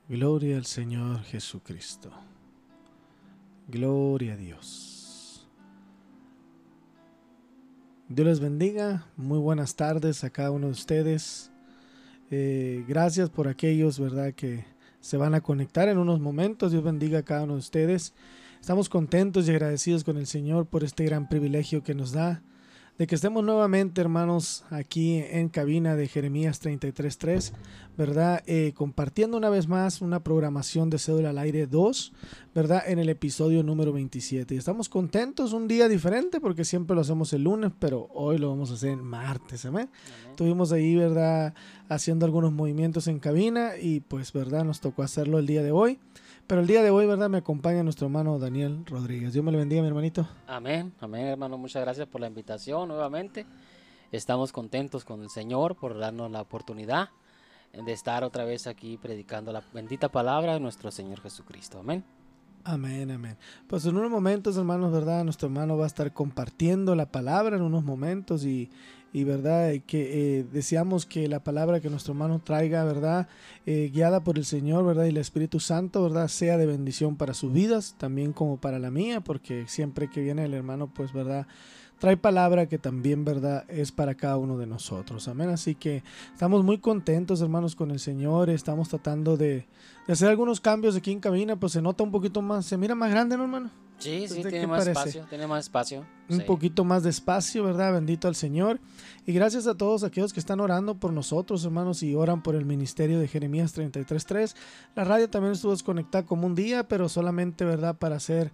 Gloria al Señor Jesucristo. Gloria a Dios. Dios les bendiga. Muy buenas tardes a cada uno de ustedes. Gracias por aquellos, ¿verdad?, que se van a conectar en unos momentos. Dios bendiga a cada uno de ustedes. Estamos contentos y agradecidos con el Señor por este gran privilegio que nos da de que estemos nuevamente, hermanos, aquí en cabina de Jeremías 33.3, ¿verdad? Compartiendo una vez más una programación de Cédula al Aire 2, ¿verdad? En el episodio número 27. Y estamos contentos, un día diferente, porque siempre lo hacemos el lunes, pero hoy lo vamos a hacer en martes, ¿amén? Estuvimos ahí, ¿verdad?, haciendo algunos movimientos en cabina y pues, ¿verdad?, nos tocó hacerlo el día de hoy. Pero el día de hoy, ¿verdad?, me acompaña nuestro hermano Daniel Rodríguez. Dios me le bendiga, mi hermanito. Amén, amén, hermano. Muchas gracias por la invitación nuevamente. Estamos contentos con el Señor por darnos la oportunidad de estar otra vez aquí predicando la bendita palabra de nuestro Señor Jesucristo. Amén. Amén, amén. Pues en unos momentos, hermanos, ¿verdad?, nuestro hermano va a estar compartiendo la palabra en unos momentos y verdad, que deseamos que la palabra que nuestro hermano traiga, verdad, guiada por el Señor, verdad, y el Espíritu Santo, verdad, sea de bendición para sus vidas, también como para la mía, porque siempre que viene el hermano, pues, verdad, trae palabra que también, verdad, es para cada uno de nosotros. Amén. Así que estamos muy contentos, hermanos, con el Señor. Estamos tratando de hacer algunos cambios aquí en cabina, pues se nota un poquito más, se mira más grande, ¿no, hermano? Sí, sí, ¿De tiene qué más parece? espacio, tiene más espacio. Un Sí. poquito más de espacio, ¿verdad? Bendito al Señor. Y gracias a todos aquellos que están orando por nosotros, hermanos, y oran por el ministerio de Jeremías 33.3. La radio también estuvo desconectada como un día, pero solamente, ¿verdad?, para hacer,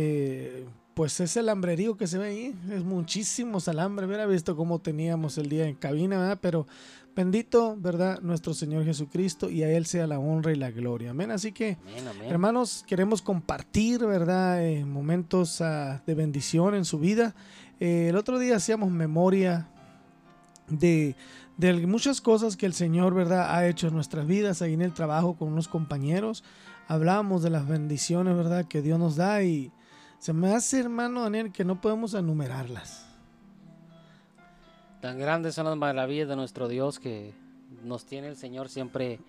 pues ese alambrerío que se ve ahí. Es muchísimo alambre. Hubiera visto cómo teníamos el día en cabina, ¿verdad? Pero bendito, ¿verdad?, nuestro Señor Jesucristo, y a Él sea la honra y la gloria. Amén. Así que, Amén, amén. hermanos, queremos compartir, ¿verdad?, momentos de bendición en su vida. El otro día hacíamos memoria de muchas cosas que el Señor, ¿verdad?, ha hecho en nuestras vidas, ahí en el trabajo con unos compañeros. Hablábamos de las bendiciones, ¿verdad?, que Dios nos da, y se me hace, hermano Daniel, que no podemos enumerarlas. Tan grandes son las maravillas de nuestro Dios que nos tiene el Señor siempre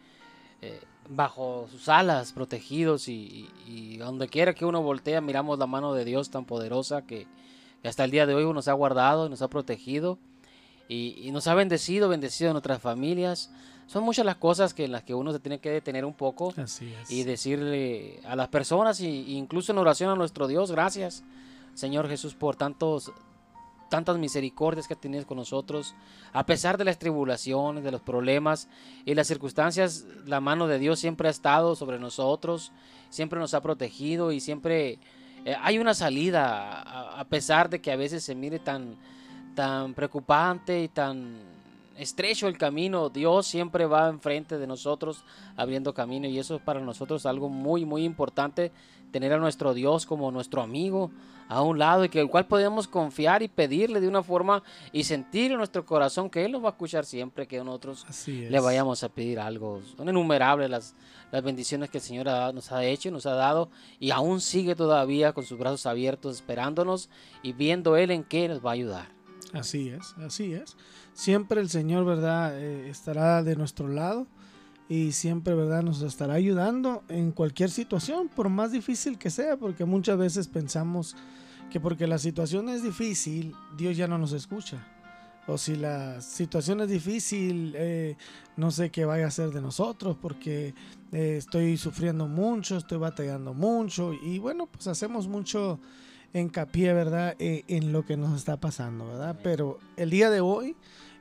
bajo sus alas, protegidos y donde quiera que uno voltea miramos la mano de Dios tan poderosa que hasta el día de hoy nos ha guardado y nos ha protegido y nos ha bendecido en nuestras familias. Son muchas las cosas en las que uno se tiene que detener un poco Así es. y decirle a las personas y incluso en oración a nuestro Dios, gracias Señor Jesús por tantas misericordias que tienes con nosotros, a pesar de las tribulaciones, de los problemas y las circunstancias. La mano de Dios siempre ha estado sobre nosotros, siempre nos ha protegido y siempre hay una salida, a pesar de que a veces se mire tan preocupante y tan estrecho el camino. Dios siempre va enfrente de nosotros abriendo camino, y eso es para nosotros algo muy muy importante, tener a nuestro Dios como nuestro amigo a un lado, y que el cual podemos confiar y pedirle de una forma y sentir en nuestro corazón que Él nos va a escuchar siempre que nosotros le vayamos a pedir algo. Son innumerables las bendiciones que el Señor nos ha hecho y nos ha dado, y aún sigue todavía con sus brazos abiertos esperándonos y viendo Él en qué nos va a ayudar. Así es, así es. Siempre el Señor, ¿verdad?, estará de nuestro lado, y siempre, ¿verdad?, nos estará ayudando en cualquier situación, por más difícil que sea, porque muchas veces pensamos que porque la situación es difícil, Dios ya no nos escucha. O si la situación es difícil, no sé qué vaya a hacer de nosotros, porque estoy sufriendo mucho, estoy batallando mucho, y bueno, pues hacemos mucho hincapié, ¿verdad?, en lo que nos está pasando, ¿verdad? Pero el día de hoy,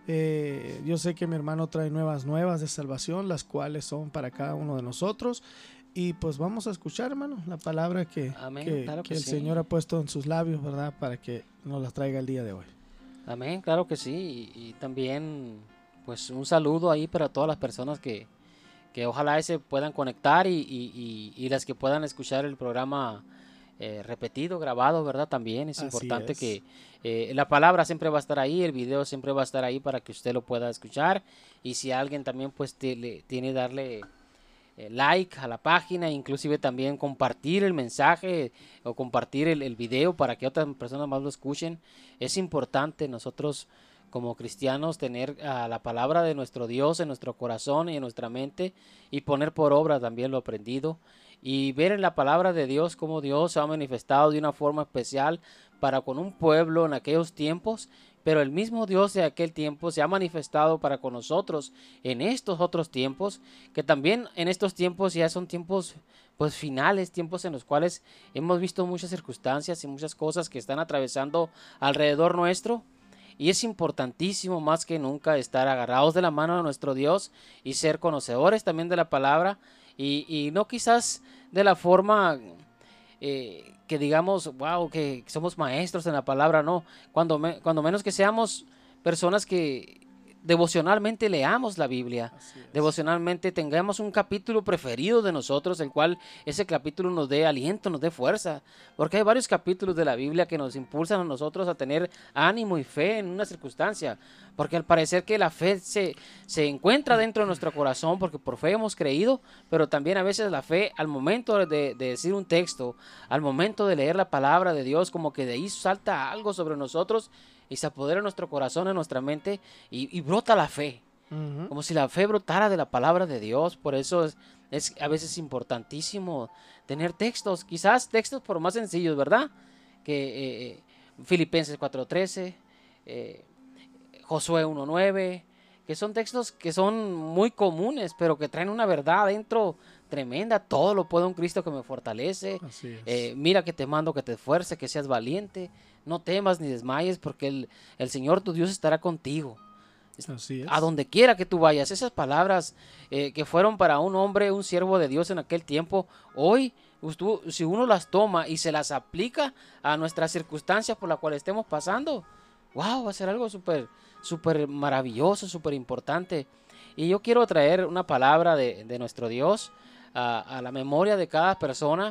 yo sé que mi hermano trae nuevas de salvación, las cuales son para cada uno de nosotros. Y pues vamos a escuchar, hermano, la palabra que el sí. Señor ha puesto en sus labios, ¿verdad?, para que nos las traiga el día de hoy. Amén, claro que sí. Y también, pues, un saludo ahí para todas las personas que ojalá se puedan conectar y las que puedan escuchar el programa repetido, grabado, ¿verdad? También es importante que la palabra siempre va a estar ahí, el video siempre va a estar ahí para que usted lo pueda escuchar. Y si alguien también, pues, tiene darle like a la página, inclusive también compartir el mensaje o compartir el video para que otras personas más lo escuchen. Es importante nosotros como cristianos, tener la palabra de nuestro Dios en nuestro corazón y en nuestra mente, y poner por obra también lo aprendido, y ver en la palabra de Dios cómo Dios se ha manifestado de una forma especial para con un pueblo en aquellos tiempos, pero el mismo Dios de aquel tiempo se ha manifestado para con nosotros en estos otros tiempos, que también en estos tiempos ya son tiempos pues finales, tiempos en los cuales hemos visto muchas circunstancias y muchas cosas que están atravesando alrededor nuestro. Y es importantísimo más que nunca estar agarrados de la mano de nuestro Dios y ser conocedores también de la palabra, y no quizás de la forma que digamos, wow, que somos maestros en la palabra, no. Cuando menos que seamos personas que devocionalmente leamos la Biblia, devocionalmente tengamos un capítulo preferido de nosotros, el cual ese capítulo nos dé aliento, nos dé fuerza, porque hay varios capítulos de la Biblia que nos impulsan a nosotros a tener ánimo y fe en una circunstancia, porque al parecer que la fe se encuentra dentro de nuestro corazón, porque por fe hemos creído, pero también a veces la fe al momento de decir un texto, al momento de leer la palabra de Dios, como que de ahí salta algo sobre nosotros y se apodera en nuestro corazón, en nuestra mente, y brota la fe, como si la fe brotara de la palabra de Dios. Por eso es a veces importantísimo tener textos, quizás textos por más sencillos, ¿verdad? Que Filipenses 4:13, Josué 1:9, que son textos que son muy comunes, pero que traen una verdad adentro tremenda. Todo lo puedo en Cristo que me fortalece. Mira que te mando que te esfuerces, que seas valiente, no temas ni desmayes, porque el Señor tu Dios estará contigo. Así es. A donde quiera que tú vayas. Esas palabras que fueron para un hombre, un siervo de Dios en aquel tiempo, hoy si uno las toma y se las aplica a nuestras circunstancias por las cuales estemos pasando, wow, va a ser algo súper maravilloso, súper importante. Y yo quiero traer una palabra de nuestro Dios a la memoria de cada persona,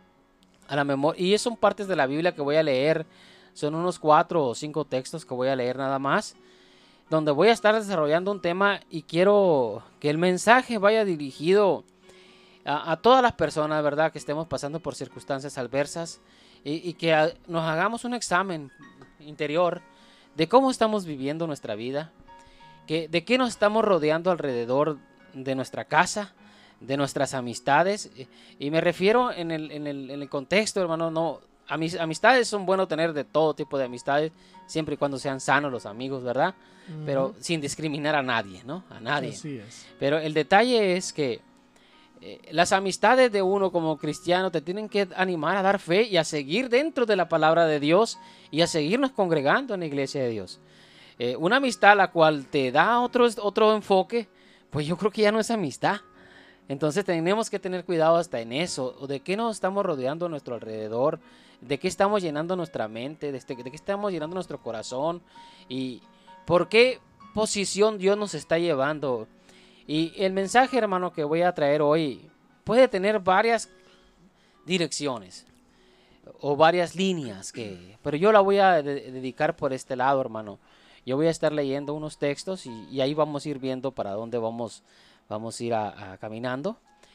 y son partes de la Biblia que voy a leer. Son unos 4 o 5 textos que voy a leer nada más, donde voy a estar desarrollando un tema, y quiero que el mensaje vaya dirigido a todas las personas, ¿verdad?, que estemos pasando por circunstancias adversas, y que nos hagamos un examen interior de cómo estamos viviendo nuestra vida, de qué nos estamos rodeando alrededor de nuestra casa, de nuestras amistades. Y me refiero en el contexto, hermano, no, amistades son bueno tener de todo tipo de amistades, siempre y cuando sean sanos los amigos, ¿verdad? Pero sin discriminar a nadie, ¿no? A nadie. Así es. Pero el detalle es que las amistades de uno como cristiano te tienen que animar a dar fe y a seguir dentro de la palabra de Dios y a seguirnos congregando en la iglesia de Dios. Una amistad la cual te da otro enfoque, pues yo creo que ya no es amistad. Entonces tenemos que tener cuidado hasta en eso, de qué nos estamos rodeando a nuestro alrededor, de qué estamos llenando nuestra mente, de qué estamos llenando nuestro corazón, y por qué posición Dios nos está llevando. Y el mensaje, hermano, que voy a traer hoy puede tener varias direcciones o varias líneas, pero yo la voy a dedicar por este lado, hermano. Yo voy a estar leyendo unos textos y ahí vamos a ir viendo para dónde vamos a ir caminando.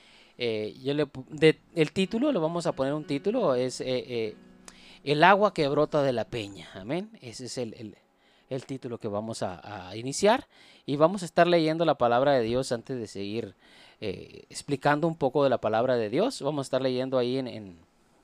El título, le vamos a poner un título, es El agua que brota de la peña. Amén. Ese es el título que vamos a iniciar, y vamos a estar leyendo la palabra de Dios antes de seguir explicando un poco de la palabra de Dios. Vamos a estar leyendo ahí en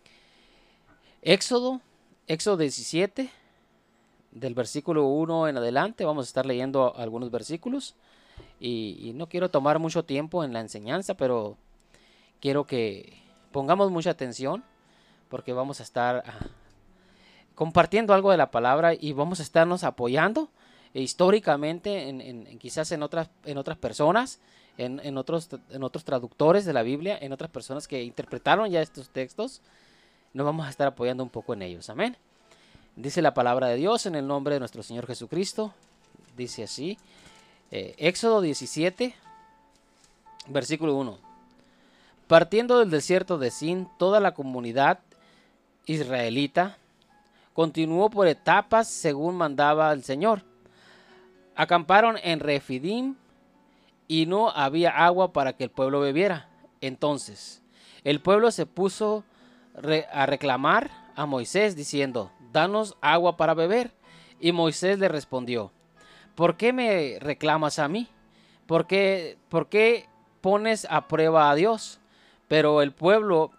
Éxodo 17, del versículo 1 en adelante. Vamos a estar leyendo algunos versículos, y no quiero tomar mucho tiempo en la enseñanza, pero quiero que pongamos mucha atención, porque vamos a estar compartiendo algo de la palabra, y vamos a estarnos apoyando históricamente quizás en otras personas, en otros traductores de la Biblia, en otras personas que interpretaron ya estos textos. Nos vamos a estar apoyando un poco en ellos. Amén. Dice la palabra de Dios en el nombre de nuestro Señor Jesucristo. Dice así, Éxodo 17, versículo 1. Partiendo del desierto de Sin, toda la comunidad israelita continuó por etapas según mandaba el Señor. Acamparon en Refidim, y no había agua para que el pueblo bebiera. Entonces el pueblo se puso a reclamar a Moisés diciendo: danos agua para beber. Y Moisés le respondió: ¿por qué me reclamas a mí? ¿Por qué pones a prueba a Dios? Pero el pueblo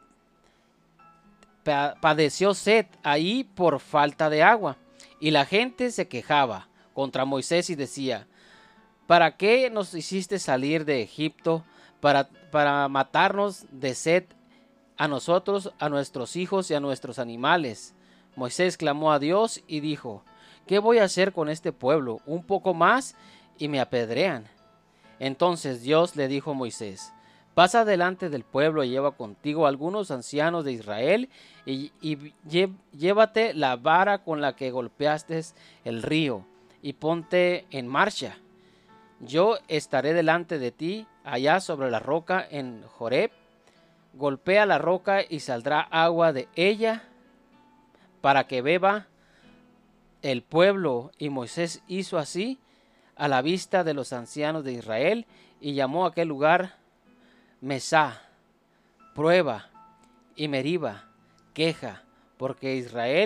padeció sed ahí por falta de agua. Y la gente se quejaba contra Moisés y decía: ¿para qué nos hiciste salir de Egipto? Para matarnos de sed a nosotros, a nuestros hijos y a nuestros animales. Moisés clamó a Dios y dijo: ¿qué voy a hacer con este pueblo? Un poco más y me apedrean. Entonces Dios le dijo a Moisés: pasa delante del pueblo y lleva contigo a algunos ancianos de Israel y llévate la vara con la que golpeaste el río y ponte en marcha. Yo estaré delante de ti allá sobre la roca en Joreb. Golpea la roca y saldrá agua de ella para que beba el pueblo. Y Moisés hizo así a la vista de los ancianos de Israel y llamó a aquel lugar Mesá, prueba, y Meriba, queja, porque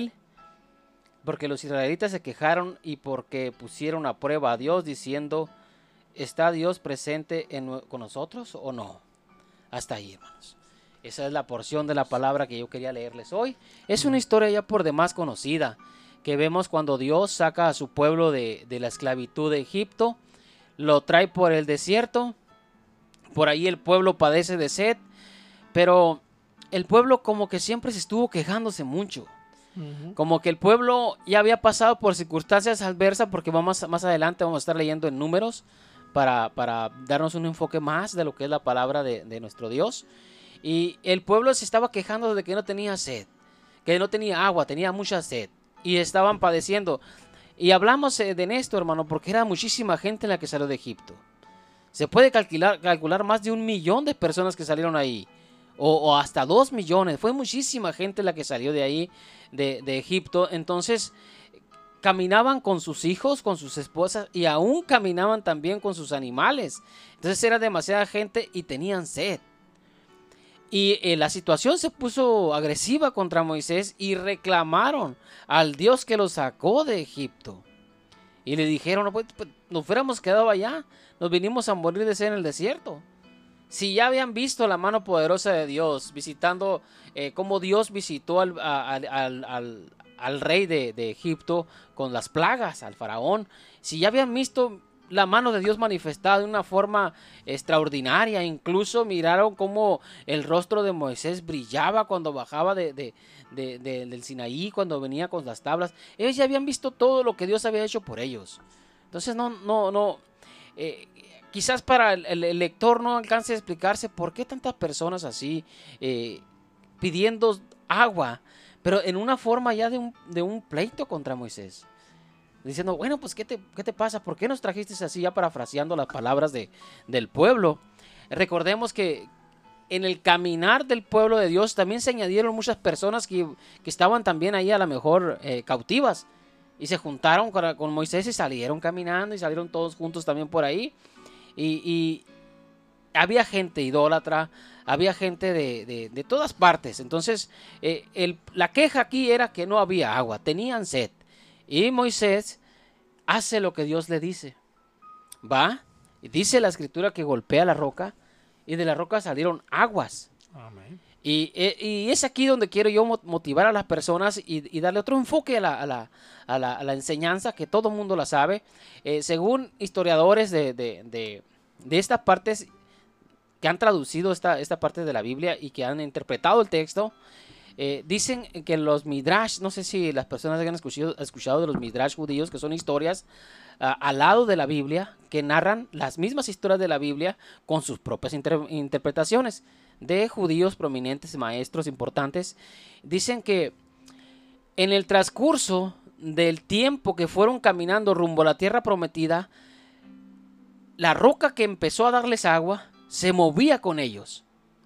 los israelitas se quejaron y porque pusieron a prueba a Dios diciendo: ¿está Dios presente con nosotros o no? Hasta ahí, hermanos. Esa es la porción de la palabra que yo quería leerles hoy. Es una historia ya por demás conocida, que vemos cuando Dios saca a su pueblo de la esclavitud de Egipto, lo trae por el desierto. Por ahí el pueblo padece de sed, pero el pueblo como que siempre se estuvo quejándose mucho. Como que el pueblo ya había pasado por circunstancias adversas, porque más adelante vamos a estar leyendo en Números para darnos un enfoque más de lo que es la palabra de nuestro Dios. Y el pueblo se estaba quejando de que no tenía sed, que no tenía agua, tenía mucha sed y estaban padeciendo. Y hablamos de esto, hermano, porque era muchísima gente la que salió de Egipto. Se puede calcular más de 1 millón de personas que salieron ahí, o hasta 2 millones. Fue muchísima gente la que salió de ahí, de Egipto. Entonces caminaban con sus hijos, con sus esposas, y aún caminaban también con sus animales. Entonces era demasiada gente y tenían sed. Y la situación se puso agresiva contra Moisés y reclamaron al Dios que los sacó de Egipto. Y le dijeron: no, pues, nos fuéramos quedado allá, nos vinimos a morir de sed en el desierto. Si ya habían visto la mano poderosa de Dios, visitando cómo Dios visitó al rey de Egipto con las plagas, al faraón. Si ya habían visto la mano de Dios manifestada de una forma extraordinaria, incluso miraron cómo el rostro de Moisés brillaba cuando bajaba del Sinaí, cuando venía con las tablas. Ellos ya habían visto todo lo que Dios había hecho por ellos. Entonces quizás para el lector no alcance a explicarse por qué tantas personas así pidiendo agua, pero en una forma ya de un pleito contra Moisés. Diciendo: bueno, pues ¿qué te pasa? ¿Por qué nos trajiste así? Ya parafraseando las palabras del pueblo. Recordemos que en el caminar del pueblo de Dios también se añadieron muchas personas que estaban también ahí a lo mejor cautivas. Y se juntaron con Moisés y salieron caminando y salieron todos juntos también por ahí. Y había gente idólatra, había gente de todas partes. Entonces la queja aquí era que no había agua, tenían sed. Y Moisés hace lo que Dios le dice. Va y dice la escritura que golpea la roca y de la roca salieron aguas. Amén. Y es aquí donde quiero yo motivar a las personas y darle otro enfoque a la enseñanza, que todo el mundo la sabe. Según historiadores de estas partes que han traducido esta parte de la Biblia y que han interpretado el texto, dicen que los midrash, no sé si las personas hayan escuchado de los midrash judíos, que son historias al lado de la Biblia, que narran las mismas historias de la Biblia con sus propias interpretaciones, de judíos prominentes, maestros importantes. Dicen que en el transcurso del tiempo que fueron caminando rumbo a la tierra prometida, la roca que empezó a darles agua se movía con ellos.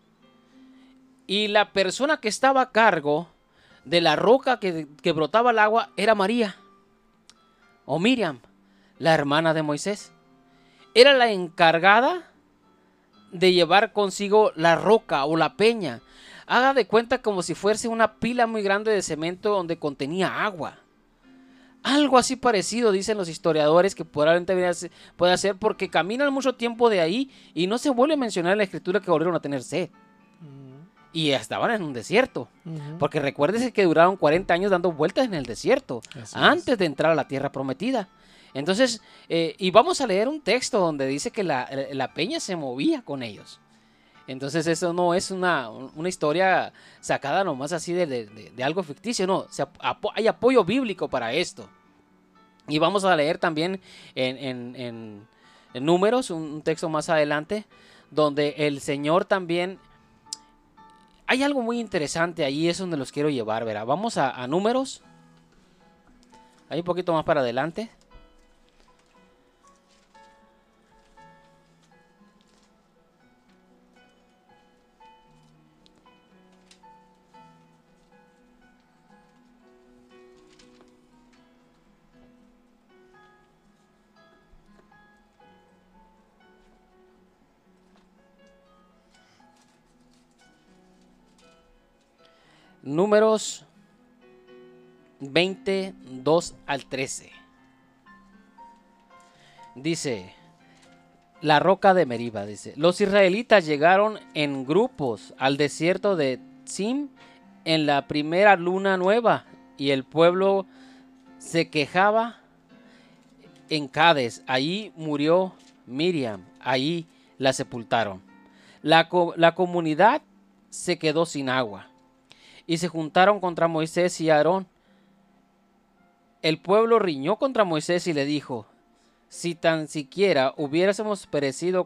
Y la persona que estaba a cargo de la roca que brotaba el agua era María, o Miriam, la hermana de Moisés. Era la encargada de llevar consigo la roca o la peña. Haga de cuenta como si fuese una pila muy grande de cemento donde contenía agua. Algo así parecido, dicen los historiadores, que probablemente puede ser porque caminan mucho tiempo de ahí y no se vuelve a mencionar en la escritura que volvieron a tener sed. Y estaban en un desierto. Porque recuérdese que duraron 40 años dando vueltas en el desierto antes de entrar a la tierra prometida. Entonces, y vamos a leer un texto donde dice que la peña se movía con ellos. Entonces eso no es una historia sacada nomás así de algo ficticio, no, hay apoyo bíblico para esto. Y vamos a leer también en Números, un texto más adelante, donde el Señor también, hay algo muy interesante ahí, es donde los quiero llevar, ¿verdad? Vamos a Números, ahí un poquito más para adelante. Números 22 al 13. Dice, la roca de Meriba, dice, los israelitas llegaron en grupos al desierto de Zim en la primera luna nueva y el pueblo se quejaba en Cades. Allí murió Miriam, allí la sepultaron. La comunidad se quedó sin agua. Y se juntaron contra Moisés y Aarón. El pueblo riñó contra Moisés y le dijo, si tan siquiera hubiésemos perecido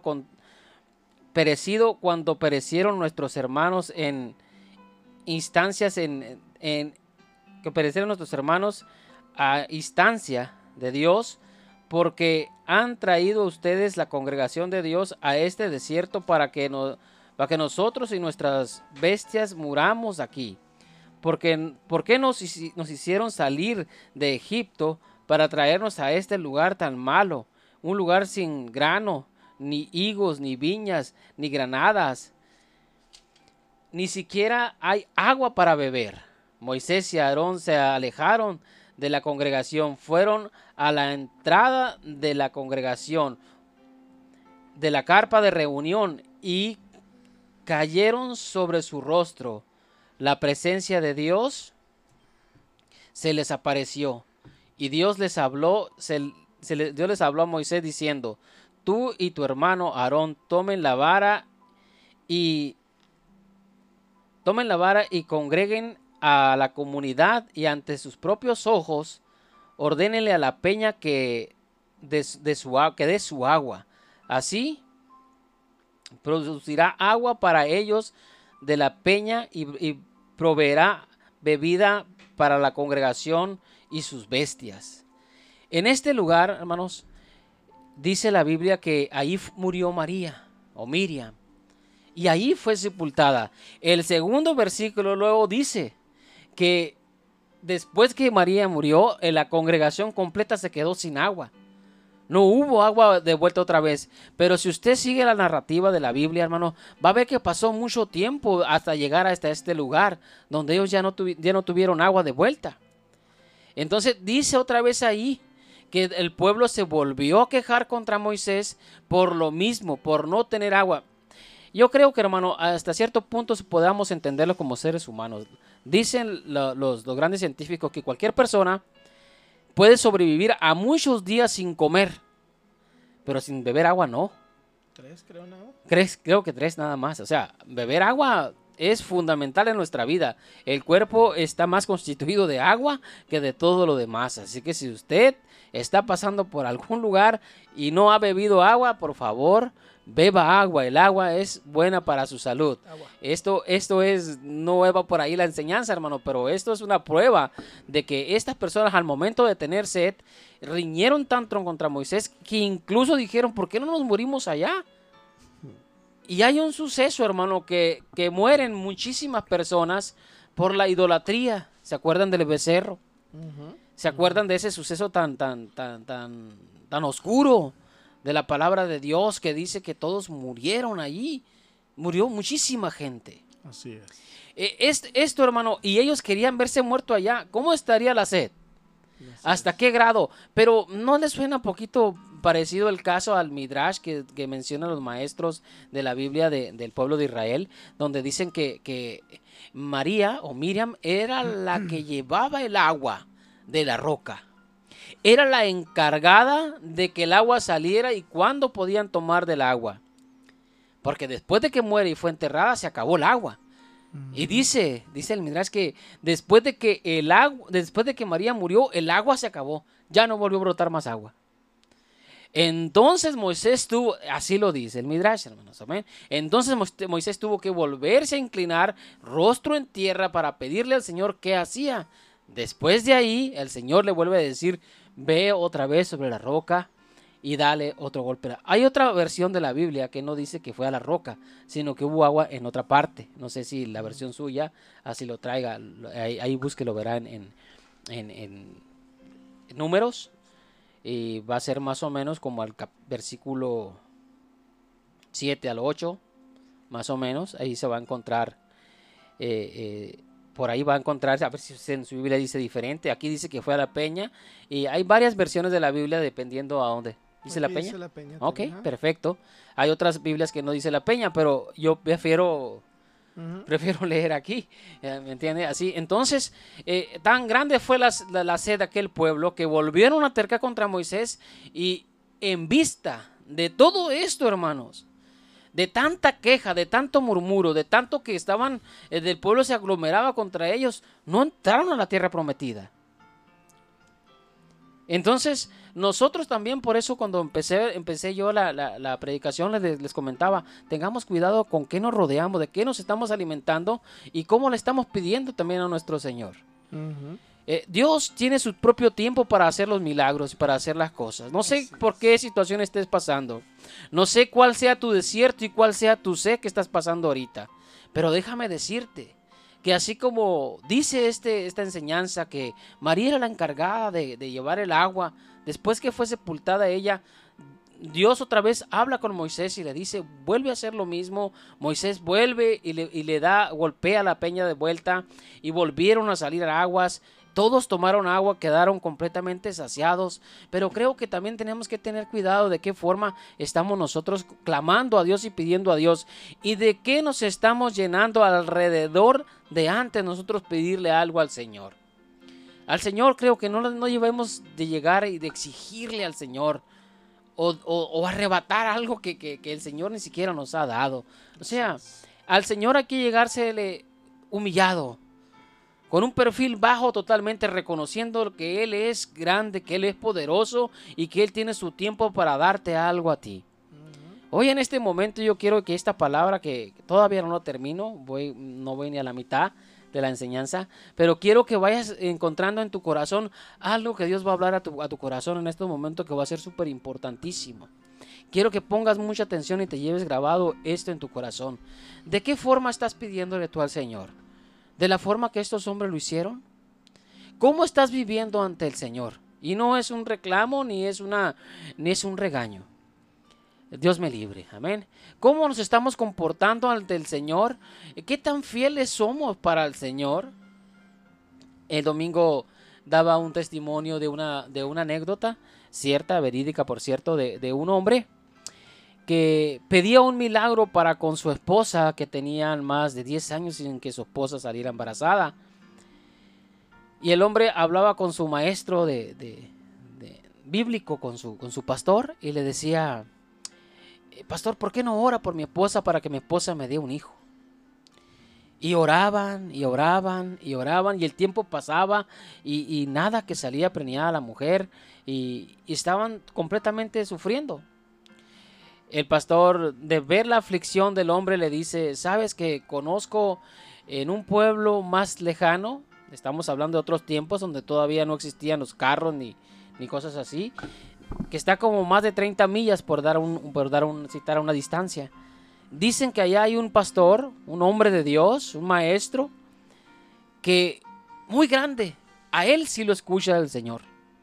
cuando perecieron nuestros hermanos en instancias que perecieron nuestros hermanos a instancia de Dios, porque han traído ustedes la congregación de Dios a este desierto para que nosotros y nuestras bestias muramos aquí. ¿Por qué nos hicieron salir de Egipto para traernos a este lugar tan malo? Un lugar sin grano, ni higos, ni viñas, ni granadas. Ni siquiera hay agua para beber. Moisés y Aarón se alejaron de la congregación. Fueron a la entrada de la congregación, de la carpa de reunión, y cayeron sobre su rostro. La presencia de Dios se les apareció y Dios les habló, Dios les habló a Moisés diciendo, tú y tu hermano Aarón tomen la vara y congreguen a la comunidad y ante sus propios ojos ordénenle a la peña que dé su agua. Así producirá agua para ellos de la peña y proveerá bebida para la congregación y sus bestias. En este lugar, hermanos, dice la Biblia que ahí murió María o Miriam y ahí fue sepultada. El segundo versículo luego dice que después que María murió, la congregación completa se quedó sin agua. No hubo agua de vuelta otra vez. Pero si usted sigue la narrativa de la Biblia, hermano, va a ver que pasó mucho tiempo hasta llegar hasta este lugar donde ellos ya no tuvieron agua de vuelta. Entonces dice otra vez ahí que el pueblo se volvió a quejar contra Moisés por lo mismo, por no tener agua. Yo creo que, hermano, hasta cierto punto podamos entenderlo como seres humanos. Dicen los grandes científicos que cualquier persona puede sobrevivir a muchos días sin comer, pero sin beber agua no. 3 creo, ¿no? Creo que 3 nada más. O sea, beber agua es fundamental en nuestra vida. El cuerpo está más constituido de agua que de todo lo demás. Así que si usted está pasando por algún lugar y no ha bebido agua, por favor, beba agua. El agua es buena para su salud. Agua. Esto es, no va por ahí la enseñanza, hermano, pero esto es una prueba de que estas personas al momento de tener sed riñeron tanto contra Moisés que incluso dijeron, ¿por qué no nos morimos allá? Y hay un suceso, hermano, que mueren muchísimas personas por la idolatría. ¿Se acuerdan del becerro? ¿Se acuerdan de ese suceso tan oscuro de la palabra de Dios que dice que todos murieron allí? Murió muchísima gente. Así es. Esto, hermano, y ellos querían verse muertos allá. ¿Cómo estaría la sed? ¿Hasta qué grado? Pero ¿no les suena un poquito parecido el caso al Midrash que mencionan los maestros de la Biblia del pueblo de Israel, donde dicen que María o Miriam era la que llevaba el agua de la roca? Era la encargada de que el agua saliera y cuándo podían tomar del agua. Porque después de que muere y fue enterrada, se acabó el agua. Y dice el Midrash que después de que María murió, el agua se acabó. Ya no volvió a brotar más agua. Entonces Moisés tuvo, así lo dice el Midrash, hermanos, amén. Entonces Moisés tuvo que volverse a inclinar, rostro en tierra, para pedirle al Señor qué hacía. Después de ahí, el Señor le vuelve a decir, ve otra vez sobre la roca y dale otro golpe. Hay otra versión de la Biblia que no dice que fue a la roca, sino que hubo agua en otra parte. No sé si la versión suya así lo traiga. Ahí búsquelo, verá en Números. Y va a ser más o menos como al versículo 7 al 8, más o menos. Ahí se va a encontrar, por ahí va a encontrar, a ver si en su Biblia dice diferente. Aquí dice que fue a la peña. Y hay varias versiones de la Biblia dependiendo a dónde. ¿Dice la peña? Dice la peña Ok, también, perfecto. Hay otras Biblias que no dice la peña, pero yo prefiero leer aquí, ¿me entiende? Así, entonces, tan grande fue la sed de aquel pueblo que volvieron a tercar contra Moisés, y en vista de todo esto, hermanos, de tanta queja, de tanto murmuro, de tanto que estaban, del pueblo se aglomeraba contra ellos, no entraron a la tierra prometida. Entonces, nosotros también, por eso cuando empecé yo la predicación, les comentaba, tengamos cuidado con qué nos rodeamos, de qué nos estamos alimentando y cómo le estamos pidiendo también a nuestro Señor. Dios tiene su propio tiempo para hacer los milagros y para hacer las cosas. No sé por qué situación estés pasando. No sé cuál sea tu desierto y cuál sea tu sed que estás pasando ahorita. Pero déjame decirte que así como dice esta enseñanza, que María era la encargada de llevar el agua, después que fue sepultada ella, Dios otra vez habla con Moisés y le dice, vuelve a hacer lo mismo. Moisés vuelve y le golpea la peña de vuelta, y volvieron a salir aguas. Todos tomaron agua, quedaron completamente saciados, pero creo que también tenemos que tener cuidado de qué forma estamos nosotros clamando a Dios y pidiendo a Dios, y de qué nos estamos llenando alrededor de antes nosotros pedirle algo al Señor. Al Señor creo que no debemos de llegar y de exigirle al Señor o arrebatar algo que el Señor ni siquiera nos ha dado. O sea, al Señor hay que llegársele humillado, con un perfil bajo totalmente, reconociendo que Él es grande, que Él es poderoso y que Él tiene su tiempo para darte algo a ti. Hoy en este momento yo quiero que esta palabra, que todavía no lo termino, no voy ni a la mitad de la enseñanza, pero quiero que vayas encontrando en tu corazón algo que Dios va a hablar a tu corazón en este momento, que va a ser súper importantísimo. Quiero que pongas mucha atención y te lleves grabado esto en tu corazón. ¿De qué forma estás pidiéndole tú al Señor? ¿De la forma que estos hombres lo hicieron? ¿Cómo estás viviendo ante el Señor? Y no es un reclamo ni es un regaño. Dios me libre, amén. ¿Cómo nos estamos comportando ante el Señor? ¿Qué tan fieles somos para el Señor? El domingo daba un testimonio de una anécdota, cierta, verídica por cierto, de un hombre que pedía un milagro para con su esposa, que tenían más de 10 años sin que su esposa saliera embarazada. Y el hombre hablaba con su maestro bíblico, con su pastor, y le decía, pastor, ¿por qué no ora por mi esposa para que mi esposa me dé un hijo? Y oraban, y oraban, y oraban, y el tiempo pasaba, y nada que salía preñada la mujer, y estaban completamente sufriendo. El pastor, de ver la aflicción del hombre, le dice, ¿sabes que conozco en un pueblo más lejano? Estamos hablando de otros tiempos donde todavía no existían los carros ni cosas así, que está como más de 30 millas por citar una distancia. Dicen que allá hay un pastor, un hombre de Dios, un maestro, que muy grande, a él sí lo escucha el Señor.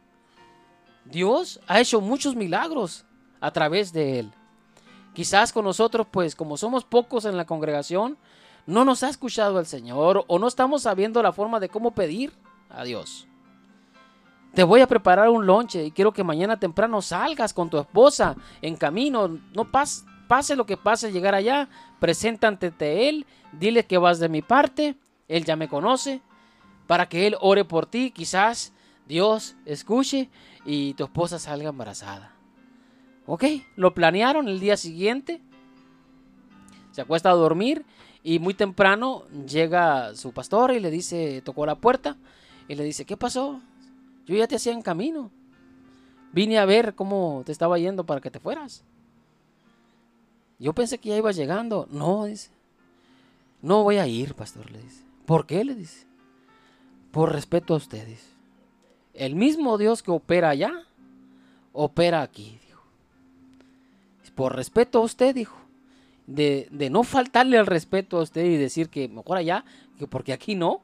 Dios ha hecho muchos milagros a través de él. Quizás con nosotros, pues como somos pocos en la congregación, no nos ha escuchado el Señor, o no estamos sabiendo la forma de cómo pedir a Dios. te voy a preparar un lonche y quiero que mañana temprano salgas con tu esposa en camino. No pase lo que pase, llegar allá, presenta ante él, dile que vas de mi parte, él ya me conoce, para que él ore por ti, quizás Dios escuche y tu esposa salga embarazada. Ok, lo planearon. El día siguiente se acuesta a dormir y muy temprano llega su pastor y le dice, tocó la puerta y le dice, ¿qué pasó? Yo ya te hacía en camino. Vine a ver cómo te estaba yendo para que te fueras. Yo pensé que ya ibas llegando. No, dice. No voy a ir, pastor, le dice. ¿Por qué? Le dice. Por respeto a ustedes. El mismo Dios que opera allá, opera aquí, dijo. Por respeto a usted, dijo. De no faltarle al respeto a usted y decir que mejor allá, que porque aquí no.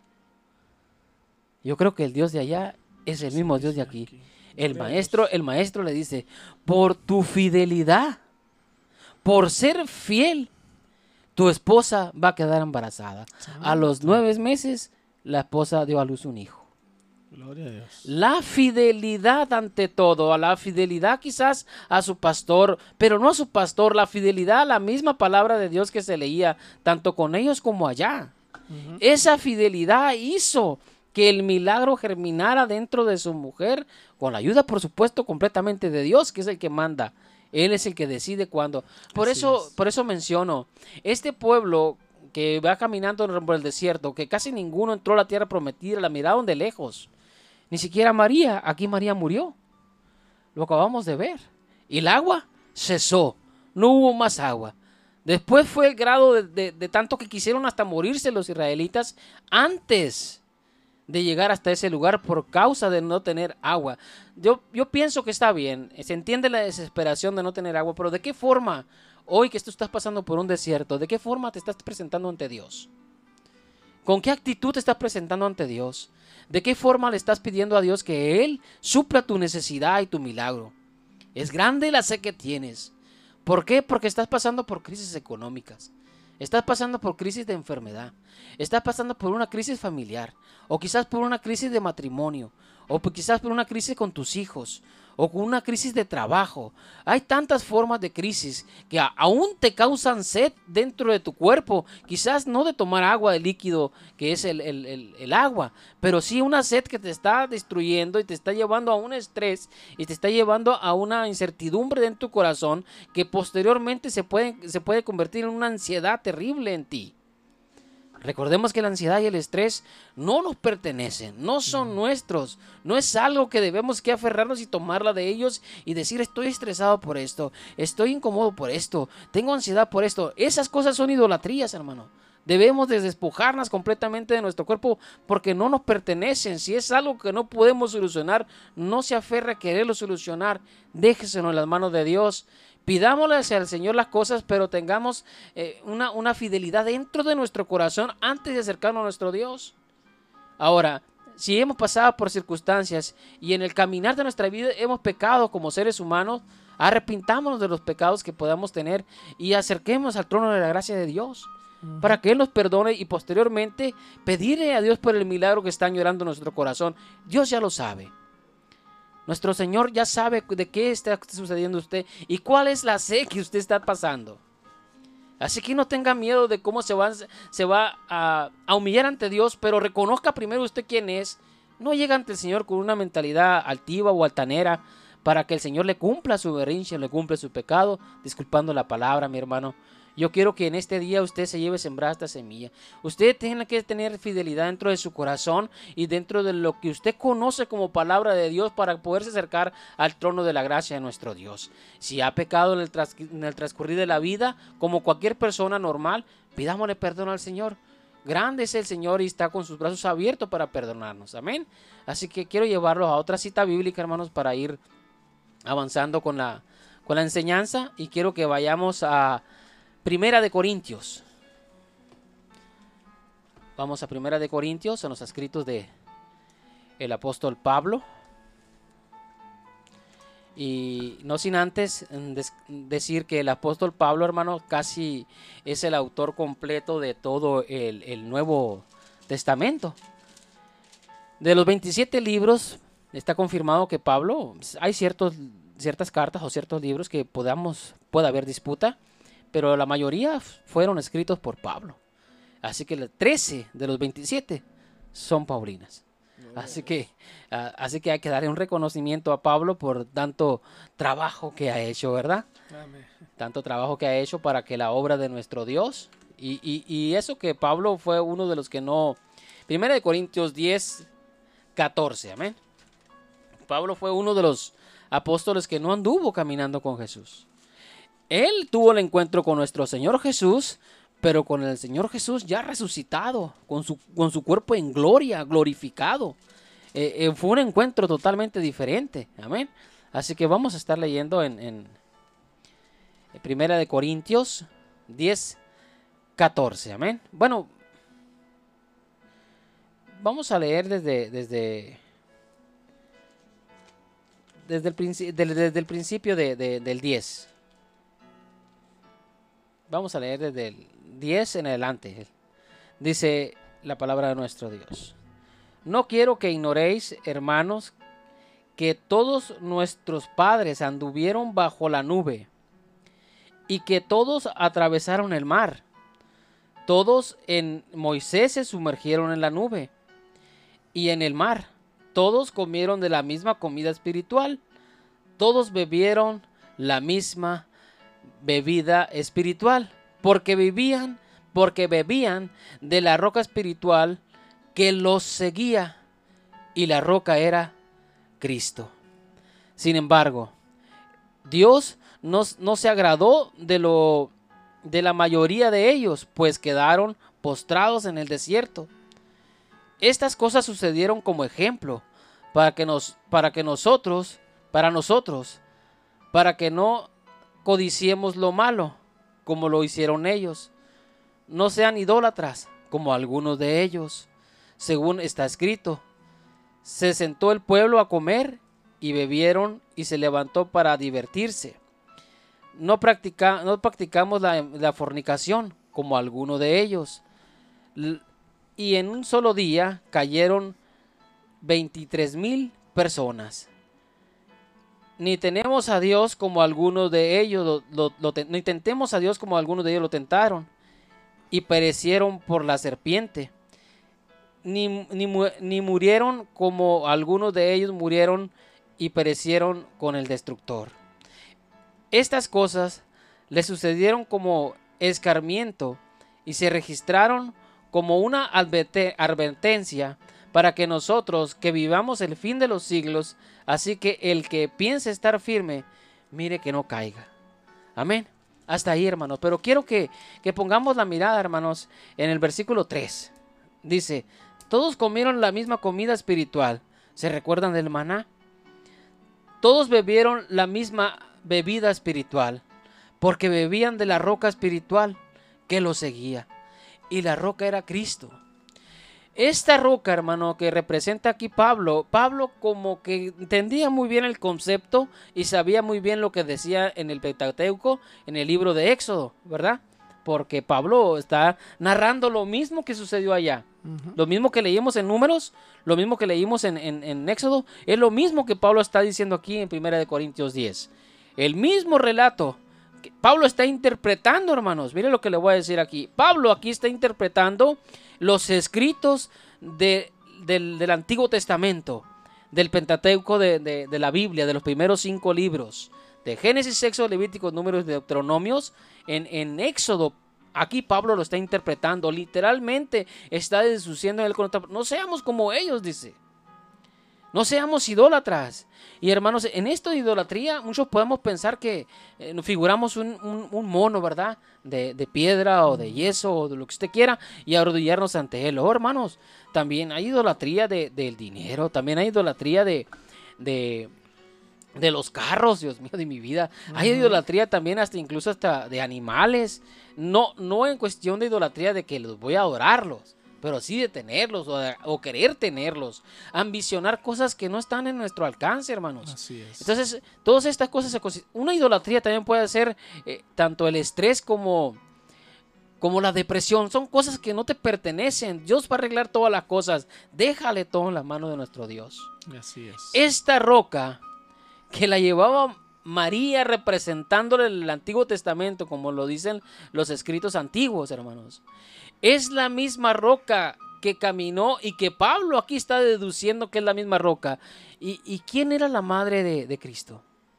Yo creo que el Dios de allá es el mismo Dios de aquí. El maestro le dice, por tu fidelidad, por ser fiel, tu esposa va a quedar embarazada. A los 9 meses, la esposa dio a luz un hijo. Gloria a Dios. La fidelidad ante todo, a la fidelidad quizás a su pastor, pero no a su pastor, la fidelidad a la misma palabra de Dios que se leía, tanto con ellos como allá. Esa fidelidad hizo que el milagro germinara dentro de su mujer, con la ayuda, por supuesto, completamente de Dios, que es el que manda. Él es el que decide cuándo. Por eso menciono, este pueblo que va caminando por el desierto, que casi ninguno entró a la tierra prometida, la miraron de lejos. Ni siquiera María, aquí María murió. Lo acabamos de ver. Y el agua cesó, no hubo más agua. Después fue el grado de tanto que quisieron hasta morirse los israelitas antes de llegar hasta ese lugar por causa de no tener agua. Yo pienso que está bien, se entiende la desesperación de no tener agua, pero ¿de qué forma, hoy que tú estás pasando por un desierto, de qué forma te estás presentando ante Dios? ¿Con qué actitud te estás presentando ante Dios? ¿De qué forma le estás pidiendo a Dios que Él supla tu necesidad y tu milagro? Es grande la sed que tienes. ¿Por qué? Porque estás pasando por crisis económicas. Estás pasando por crisis de enfermedad. Estás pasando por una crisis familiar. O quizás por una crisis de matrimonio. O quizás por una crisis con tus hijos. O con una crisis de trabajo. Hay tantas formas de crisis que aún te causan sed dentro de tu cuerpo. Quizás no de tomar agua de líquido, que es el agua, pero sí una sed que te está destruyendo y te está llevando a un estrés y te está llevando a una incertidumbre dentro de tu corazón que posteriormente se puede convertir en una ansiedad terrible en ti. Recordemos que la ansiedad y el estrés no nos pertenecen, no son nuestros, no es algo que debemos que aferrarnos y tomarla de ellos y decir estoy estresado por esto, estoy incómodo por esto, tengo ansiedad por esto. Esas cosas son idolatrías, hermano. Debemos de despojarnos completamente de nuestro cuerpo porque no nos pertenecen. Si es algo que no podemos solucionar, no se aferre a quererlo solucionar, déjeselo en las manos de Dios. Pidámosle al Señor las cosas, pero tengamos una fidelidad dentro de nuestro corazón antes de acercarnos a nuestro Dios. Ahora, si hemos pasado por circunstancias y en el caminar de nuestra vida hemos pecado como seres humanos, arrepintámonos de los pecados que podamos tener y acerquemos al trono de la gracia de Dios para que Él nos perdone y posteriormente pedirle a Dios por el milagro que está añorando nuestro corazón. Dios ya lo sabe. Nuestro Señor ya sabe de qué está sucediendo usted y cuál es la sed que usted está pasando. Así que no tenga miedo de cómo se va a humillar ante Dios, pero reconozca primero usted quién es. No llega ante el Señor con una mentalidad altiva o altanera para que el Señor le cumpla su berrinche, le cumpla su pecado, disculpando la palabra, mi hermano. Yo quiero que en este día usted se lleve sembrada esta semilla. Usted tiene que tener fidelidad dentro de su corazón y dentro de lo que usted conoce como palabra de Dios para poderse acercar al trono de la gracia de nuestro Dios. Si ha pecado en el transcurrir de la vida, como cualquier persona normal, pidámosle perdón al Señor. Grande es el Señor y está con sus brazos abiertos para perdonarnos. Amén. Así que quiero llevarlos a otra cita bíblica, hermanos, para ir avanzando con la enseñanza. Y quiero que vayamos a Primera de Corintios. Vamos a Primera de Corintios, en los escritos de el apóstol Pablo. Y no sin antes decir que el apóstol Pablo, hermano, casi es el autor completo de todo el Nuevo Testamento. De los 27 libros, está confirmado que Pablo, hay ciertas cartas o ciertos libros que pueda haber disputa, pero la mayoría fueron escritos por Pablo. Así que 13 de los 27 son paulinas. Así que hay que darle un reconocimiento a Pablo por tanto trabajo que ha hecho, ¿verdad? Amén. Tanto trabajo que ha hecho para que la obra de nuestro Dios, y eso que Pablo fue uno de los que no... 1 Corintios 10, 14, amén. Pablo fue uno de los apóstoles que no anduvo caminando con Jesús. Él tuvo el encuentro con nuestro Señor Jesús, pero con el Señor Jesús ya resucitado, con su cuerpo en gloria, glorificado. Fue un encuentro totalmente diferente, amén. Así que vamos a estar leyendo en 1 Corintios 10, 14, amén. Bueno, vamos a leer desde el principio del 10. Vamos a leer desde el 10 en adelante. Dice la palabra de nuestro Dios. No quiero que ignoréis, hermanos, que todos nuestros padres anduvieron bajo la nube y que todos atravesaron el mar. Todos en Moisés se sumergieron en la nube y en el mar. Todos comieron de la misma comida espiritual. Todos bebieron la misma bebida espiritual, porque bebían de la roca espiritual que los seguía, y la roca era Cristo. Sin embargo, Dios no se agradó de la mayoría de ellos, pues quedaron postrados en el desierto. Estas cosas sucedieron como ejemplo para que nosotros no codiciemos lo malo, como lo hicieron ellos. No sean idólatras, como algunos de ellos. Según está escrito, se sentó el pueblo a comer y bebieron y se levantó para divertirse. No practicamos la fornicación, como algunos de ellos. Y en un solo día cayeron 23,000 personas. Ni tenemos a Dios como algunos de ellos ni tentemos a Dios como algunos de ellos lo tentaron y perecieron por la serpiente. Ni murieron como algunos de ellos murieron y perecieron con el destructor. Estas cosas le sucedieron como escarmiento y se registraron como una advertencia para que nosotros que vivamos el fin de los siglos. Así que el que piense estar firme, mire que no caiga. Amén. Hasta ahí, hermanos. Pero quiero que pongamos la mirada, hermanos, en el versículo 3. Dice, todos comieron la misma comida espiritual. ¿Se recuerdan del maná? Todos bebieron la misma bebida espiritual, porque bebían de la roca espiritual que los seguía. Y la roca era Cristo. Esta roca, hermano, que representa aquí Pablo como que entendía muy bien el concepto y sabía muy bien lo que decía en el Pentateuco, en el libro de Éxodo, ¿verdad? Porque Pablo está narrando lo mismo que sucedió allá. Lo mismo que leímos en Números, lo mismo que leímos en Éxodo, es lo mismo que Pablo está diciendo aquí en 1 Corintios 10. El mismo relato que Pablo está interpretando, hermanos. Mire lo que le voy a decir aquí. Pablo aquí está interpretando los escritos del Antiguo Testamento, del Pentateuco de la Biblia, de los primeros 5 libros, de Génesis, Éxodo, Levíticos, Números, Deuteronomios. En Éxodo, aquí Pablo lo está interpretando, literalmente está diciendo en el contexto, no seamos como ellos, dice. No seamos idólatras. Y hermanos, en esto de idolatría, muchos podemos pensar que figuramos un mono, ¿verdad? De piedra o de yeso o de lo que usted quiera y arrodillarnos ante él. Oh, hermanos, también hay idolatría del dinero, también hay idolatría de los carros, Dios mío, de mi vida. Hay idolatría también incluso hasta de animales. No en cuestión de idolatría de que los voy a adorarlos, pero sí de tenerlos o querer tenerlos, ambicionar cosas que no están en nuestro alcance, hermanos. Así es. Entonces, todas estas cosas una idolatría también puede ser tanto el estrés como como la depresión, son cosas que no te pertenecen. Dios va a arreglar todas las cosas. Déjale todo en las manos de nuestro Dios. Así es. Esta roca que la llevaba María representándole el Antiguo Testamento, como lo dicen los escritos antiguos, hermanos, es la misma roca que caminó y que Pablo aquí está deduciendo que es la misma roca. ¿Y quién era la madre de Cristo?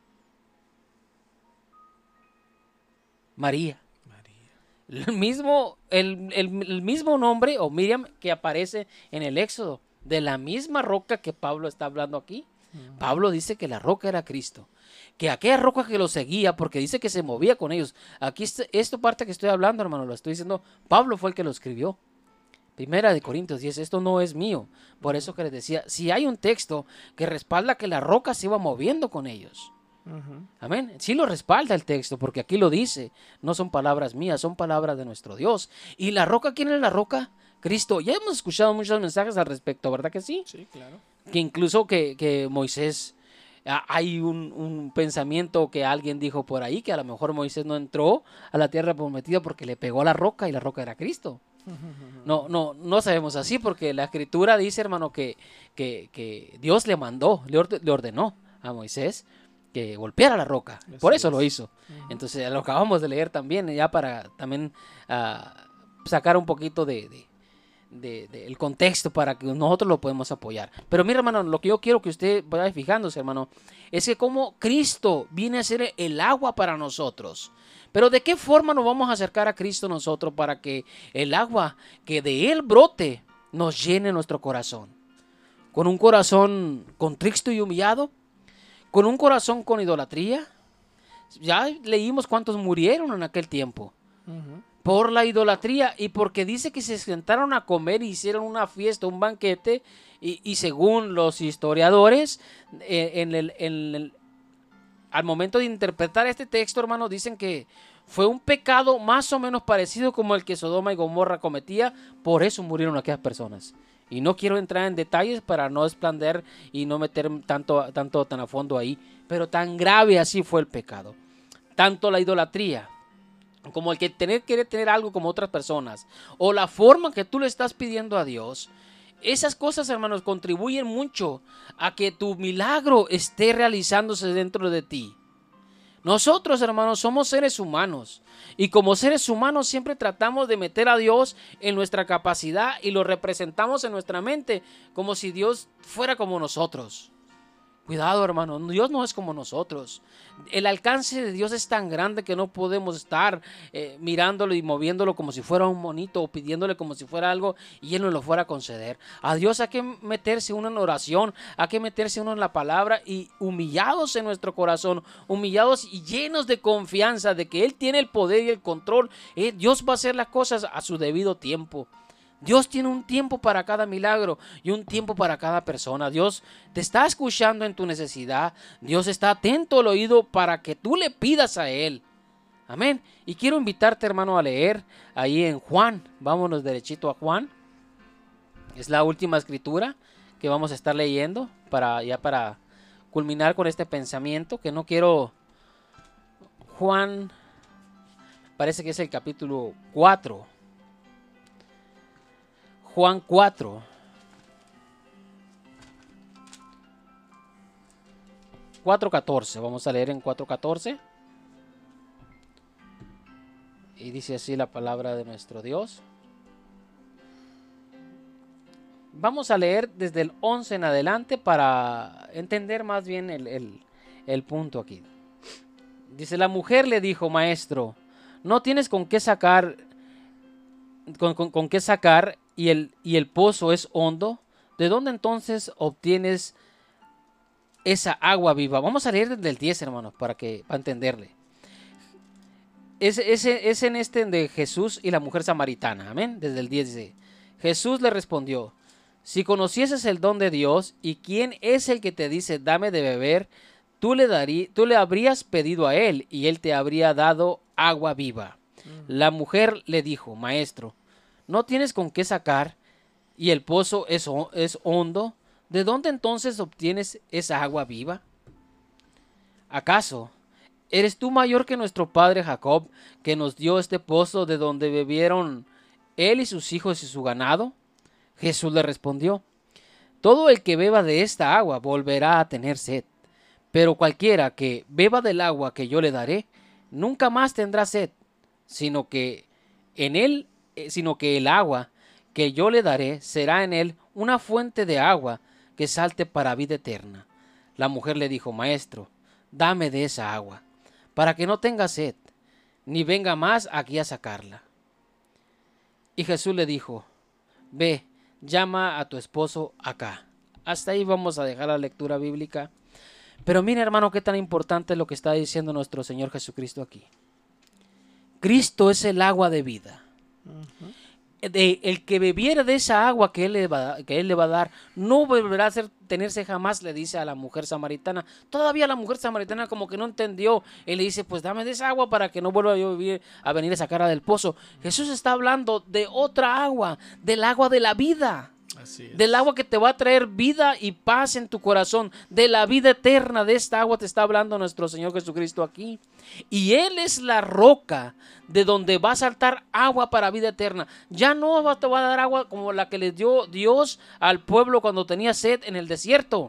María. El mismo nombre, o Miriam, que aparece en el Éxodo, de la misma roca que Pablo está hablando aquí. Pablo dice que la roca era Cristo, que aquella roca que lo seguía, porque dice que se movía con ellos. Aquí esta parte que estoy hablando, hermano, lo estoy diciendo, Pablo fue el que lo escribió. Primera de Corintios 10, esto no es mío. Por eso que les decía, si hay un texto que respalda que la roca se iba moviendo con ellos. Amén. Sí lo respalda el texto, porque aquí lo dice. No son palabras mías, son palabras de nuestro Dios. ¿Y la roca? ¿Quién es la roca? Cristo. Ya hemos escuchado muchos mensajes al respecto, ¿verdad que sí? Sí, claro. Que incluso que Moisés, hay un pensamiento que alguien dijo por ahí, que a lo mejor Moisés no entró a la tierra prometida porque le pegó a la roca y la roca era Cristo. No sabemos así, porque la escritura dice, hermano, que Dios le mandó, le ordenó a Moisés que golpeara la roca. Por eso lo hizo. Entonces lo acabamos de leer también, ya para también sacar un poquito el contexto para que nosotros lo podemos apoyar. Pero mira, hermano, lo que yo quiero que usted vaya fijándose, hermano, es que como Cristo viene a ser el agua para nosotros. Pero ¿de qué forma nos vamos a acercar a Cristo nosotros para que el agua que de Él brote nos llene nuestro corazón? ¿Con un corazón contrito y humillado? ¿Con un corazón con idolatría? Ya leímos cuántos murieron en aquel tiempo. Por la idolatría, y porque dice que se sentaron a comer y hicieron una fiesta, un banquete, y según los historiadores, al momento de interpretar este texto, hermanos, dicen que fue un pecado más o menos parecido como el que Sodoma y Gomorra cometía, por eso murieron aquellas personas. Y no quiero entrar en detalles para no expander y no meter tan a fondo ahí, pero tan grave así fue el pecado. Tanto la idolatría como el que quiere tener algo como otras personas, o la forma que tú le estás pidiendo a Dios, esas cosas, hermanos, contribuyen mucho a que tu milagro esté realizándose dentro de ti. Nosotros, hermanos, somos seres humanos, y como seres humanos siempre tratamos de meter a Dios en nuestra capacidad y lo representamos en nuestra mente como si Dios fuera como nosotros. Cuidado, hermano, Dios no es como nosotros. El alcance de Dios es tan grande que no podemos estar mirándolo y moviéndolo como si fuera un monito, o pidiéndole como si fuera algo y Él nos lo fuera a conceder. A Dios hay que meterse uno en oración, hay que meterse uno en la palabra y humillados en nuestro corazón, humillados y llenos de confianza de que Él tiene el poder y el control. Dios va a hacer las cosas a su debido tiempo. Dios tiene un tiempo para cada milagro y un tiempo para cada persona. Dios te está escuchando en tu necesidad. Dios está atento al oído para que tú le pidas a Él. Amén. Y quiero invitarte, hermano, a leer ahí en Juan. Vámonos derechito a Juan. Es la última escritura que vamos a estar leyendo para culminar con este pensamiento que no quiero. Juan, parece que es el capítulo 4. Juan 4. Vamos a leer en 4:14. Y dice así la palabra de nuestro Dios. Vamos a leer desde el 11 en adelante para entender más bien el punto aquí. Dice: la mujer le dijo: Maestro, no tienes con qué sacar, con qué sacar, y el pozo es hondo. ¿De dónde entonces obtienes esa agua viva? Vamos a leer desde el 10, hermanos, para entenderle. Es en este de Jesús y la mujer samaritana. Amén. Desde el 10 dice: Jesús le respondió: si conocieses el don de Dios y quién es el que te dice dame de beber, tú le habrías pedido a él y él te habría dado agua viva. La mujer le dijo: Maestro, no tienes con qué sacar y el pozo es hondo. ¿De dónde entonces obtienes esa agua viva? ¿Acaso ¿Eres tú mayor que nuestro padre Jacob, que nos dio este pozo de donde bebieron él y sus hijos y su ganado? Jesús le respondió: todo el que beba de esta agua volverá a tener sed, pero cualquiera que beba del agua que yo le daré, nunca más tendrá sed, sino que el agua que yo le daré será en él una fuente de agua que salte para vida eterna. La mujer le dijo: Maestro, dame de esa agua, para que no tenga sed, ni venga más aquí a sacarla. Y Jesús le dijo: Ve, llama a tu esposo acá. Hasta ahí vamos a dejar la lectura bíblica. Pero mira, hermano, qué tan importante es lo que está diciendo nuestro Señor Jesucristo aquí. Cristo es el agua de vida. El que bebiera de esa agua que él le va a dar, no volverá a tenerse jamás, le dice a la mujer samaritana. Todavía la mujer samaritana como que no entendió. Él le dice: pues dame de esa agua para que no vuelva yo a venir a sacarla del pozo. Jesús está hablando de otra agua, del agua de la vida. Así es. Del agua que te va a traer vida y paz en tu corazón, de la vida eterna. De esta agua te está hablando nuestro Señor Jesucristo aquí. Y Él es la roca de donde va a saltar agua para vida eterna. Ya no te va a dar agua como la que le dio Dios al pueblo cuando tenía sed en el desierto,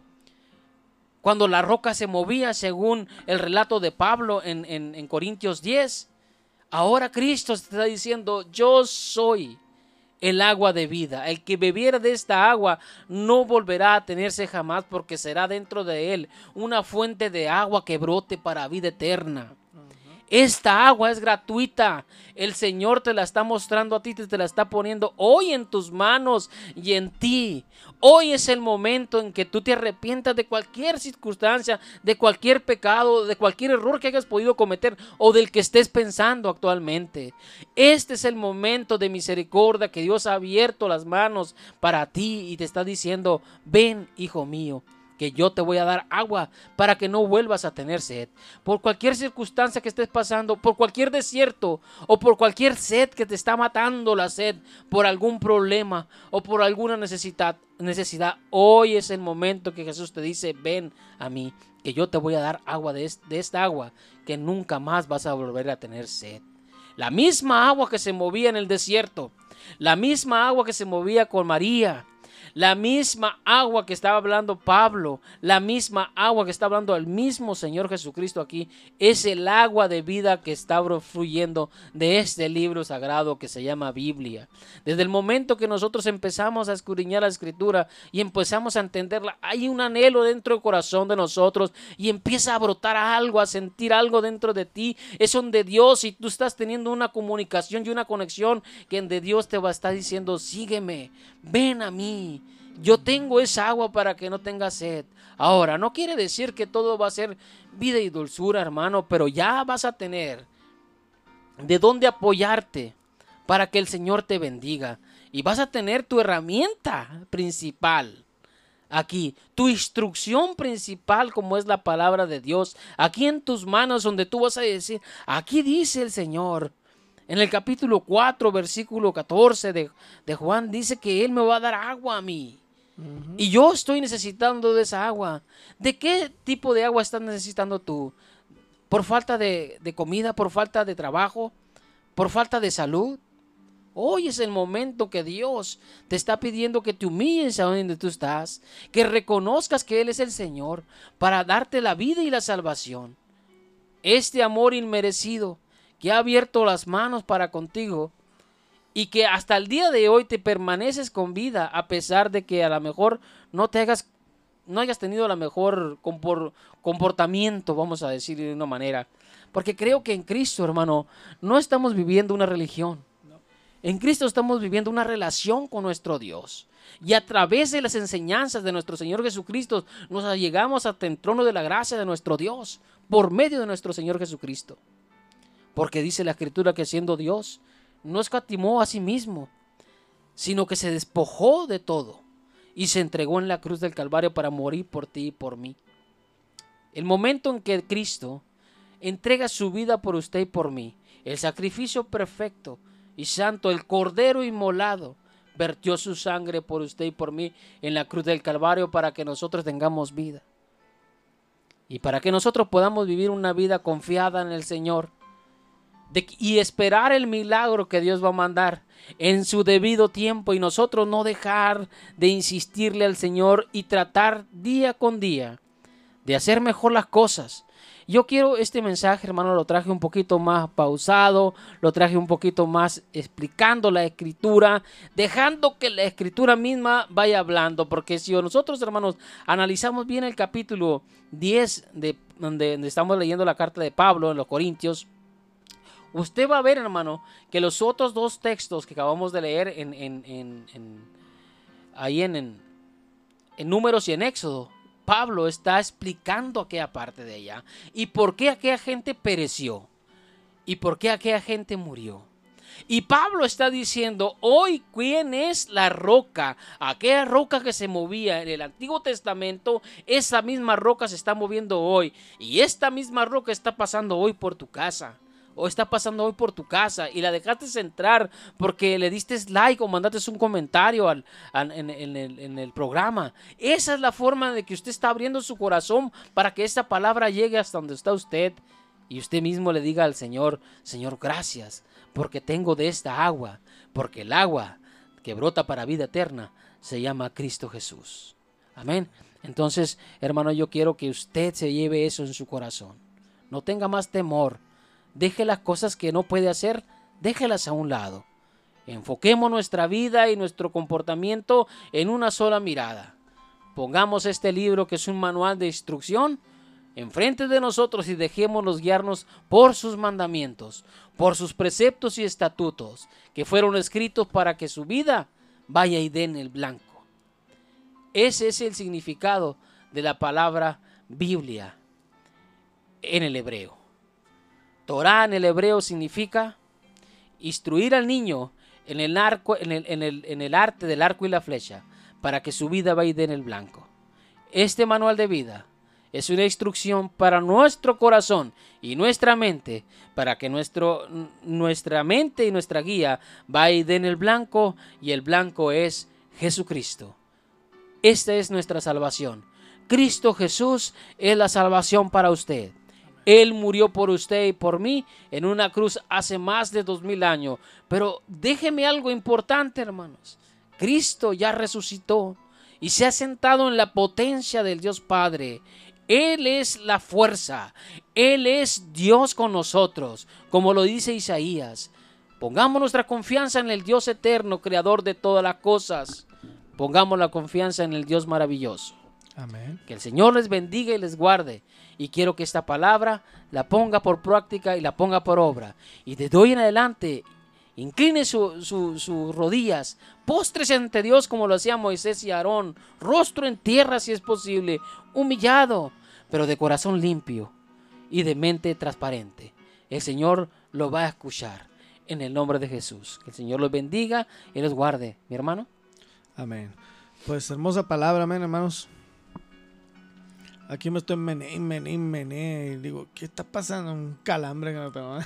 cuando la roca se movía, según el relato de Pablo en Corintios 10. Ahora Cristo está diciendo: yo soy el agua de vida. El que bebiera de esta agua no volverá a tenerse jamás, porque será dentro de él una fuente de agua que brote para vida eterna. Esta agua es gratuita. El Señor te la está mostrando a ti, te la está poniendo hoy en tus manos y en ti. Hoy es el momento en que tú te arrepientas de cualquier circunstancia, de cualquier pecado, de cualquier error que hayas podido cometer o del que estés pensando actualmente. Este es el momento de misericordia que Dios ha abierto las manos para ti y te está diciendo: ven, hijo mío, que yo te voy a dar agua para que no vuelvas a tener sed. Por cualquier circunstancia que estés pasando, por cualquier desierto o por cualquier sed que te está matando la sed, por algún problema o por alguna necesidad, hoy es el momento que Jesús te dice: ven a mí, que yo te voy a dar agua de esta agua que nunca más vas a volver a tener sed. La misma agua que se movía en el desierto, la misma agua que se movía con María, la misma agua que estaba hablando Pablo, la misma agua que está hablando el mismo Señor Jesucristo aquí, es el agua de vida que está fluyendo de este libro sagrado que se llama Biblia. Desde el momento que nosotros empezamos a escudriñar la Escritura y empezamos a entenderla, hay un anhelo dentro del corazón de nosotros y empieza a brotar algo, a sentir algo dentro de ti. Es donde Dios, y tú estás teniendo una comunicación y una conexión que de Dios te va a estar diciendo: sígueme, ven a mí. Yo tengo esa agua para que no tengas sed. Ahora, no quiere decir que todo va a ser vida y dulzura, hermano, pero ya vas a tener de dónde apoyarte para que el Señor te bendiga. Y vas a tener tu herramienta principal aquí, tu instrucción principal, como es la palabra de Dios, aquí en tus manos, donde tú vas a decir: aquí dice el Señor. En el capítulo 4, versículo 14 de Juan, dice que Él me va a dar agua a mí. Y yo estoy necesitando de esa agua. ¿De qué tipo de agua estás necesitando tú? ¿Por falta de comida? ¿Por falta de trabajo? ¿Por falta de salud? Hoy es el momento que Dios te está pidiendo que te humilles a donde tú estás, que reconozcas que Él es el Señor para darte la vida y la salvación. Este amor inmerecido que ha abierto las manos para contigo, y que hasta el día de hoy te permaneces con vida, a pesar de que a lo mejor no hayas tenido la mejor comportamiento, vamos a decir de una manera. Porque creo que en Cristo, hermano, no estamos viviendo una religión. En Cristo estamos viviendo una relación con nuestro Dios. Y a través de las enseñanzas de nuestro Señor Jesucristo nos allegamos hasta el trono de la gracia de nuestro Dios, por medio de nuestro Señor Jesucristo. Porque dice la Escritura que siendo Dios, no escatimó a sí mismo, sino que se despojó de todo y se entregó en la cruz del Calvario para morir por ti y por mí. El momento en que Cristo entrega su vida por usted y por mí, el sacrificio perfecto y santo, el Cordero inmolado, vertió su sangre por usted y por mí en la cruz del Calvario para que nosotros tengamos vida. Y para que nosotros podamos vivir una vida confiada en el Señor y esperar el milagro que Dios va a mandar en su debido tiempo, y nosotros no dejar de insistirle al Señor y tratar día con día de hacer mejor las cosas. Yo quiero este mensaje, hermano, lo traje un poquito más pausado, lo traje un poquito más explicando la Escritura, dejando que la Escritura misma vaya hablando, porque si nosotros, hermanos, analizamos bien el capítulo 10 de donde estamos leyendo la carta de Pablo en los Corintios, usted va a ver, hermano, que los otros dos textos que acabamos de leer ahí en Números y en Éxodo, Pablo está explicando aquella parte de allá y por qué aquella gente pereció y por qué aquella gente murió. Y Pablo está diciendo, hoy, ¿quién es la roca? Aquella roca que se movía en el Antiguo Testamento, esa misma roca se está moviendo hoy. Y esta misma roca está pasando hoy por tu casa. O está pasando hoy por tu casa y la dejaste entrar porque le diste like o mandaste un comentario en el programa. Esa es la forma de que usted está abriendo su corazón para que esta palabra llegue hasta donde está usted y usted mismo le diga al Señor, Señor, gracias porque tengo de esta agua, porque el agua que brota para vida eterna se llama Cristo Jesús. Amén. Entonces, hermano, yo quiero que usted se lleve eso en su corazón. No tenga más temor. Deje las cosas que no puede hacer, déjelas a un lado. Enfoquemos nuestra vida y nuestro comportamiento en una sola mirada. Pongamos este libro, que es un manual de instrucción, enfrente de nosotros y dejémonos guiarnos por sus mandamientos, por sus preceptos y estatutos, que fueron escritos para que su vida vaya y dé en el blanco. Ese es el significado de la palabra Biblia en el hebreo. Torá en el hebreo significa instruir al niño en el arte del arco y la flecha, para que su vida vaya en el blanco. Este manual de vida es una instrucción para nuestro corazón y nuestra mente, para que nuestra mente y nuestra guía vaya en el blanco, y el blanco es Jesucristo. Esta es nuestra salvación. Cristo Jesús es la salvación para usted. Él murió por usted y por mí en una cruz hace más de 2000 años. Pero déjeme algo importante, hermanos. Cristo ya resucitó y se ha sentado en la potencia del Dios Padre. Él es la fuerza. Él es Dios con nosotros, como lo dice Isaías. Pongamos nuestra confianza en el Dios eterno, creador de todas las cosas. Pongamos la confianza en el Dios maravilloso. Amén. Que el Señor les bendiga y les guarde. Y quiero que esta palabra la ponga por práctica y la ponga por obra. Y desde hoy en adelante, incline sus rodillas, póstrese ante Dios como lo hacía Moisés y Aarón, rostro en tierra si es posible, humillado, pero de corazón limpio y de mente transparente. El Señor lo va a escuchar en el nombre de Jesús. Que el Señor los bendiga y los guarde, mi hermano. Amén. Pues hermosa palabra, amén, hermanos. Aquí me estoy mené. Y digo, ¿qué está pasando? Un calambre que me pegó.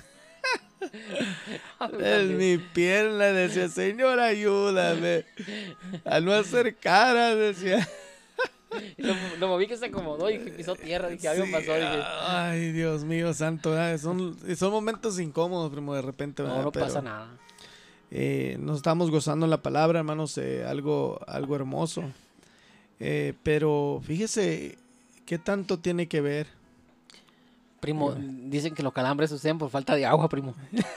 En mi pierna decía, Señor, ayúdame. A no hacer cara, decía. Lo moví que se acomodó y que pisó tierra. Dije, algo pasó. Dije, ay, Dios mío, santo. Son momentos incómodos, primo, de repente. no pasa nada. Nos estamos gozando en la palabra, hermanos. Algo hermoso. Pero fíjese, ¿qué tanto tiene que ver? Primo, dicen que los calambres suceden por falta de agua, primo.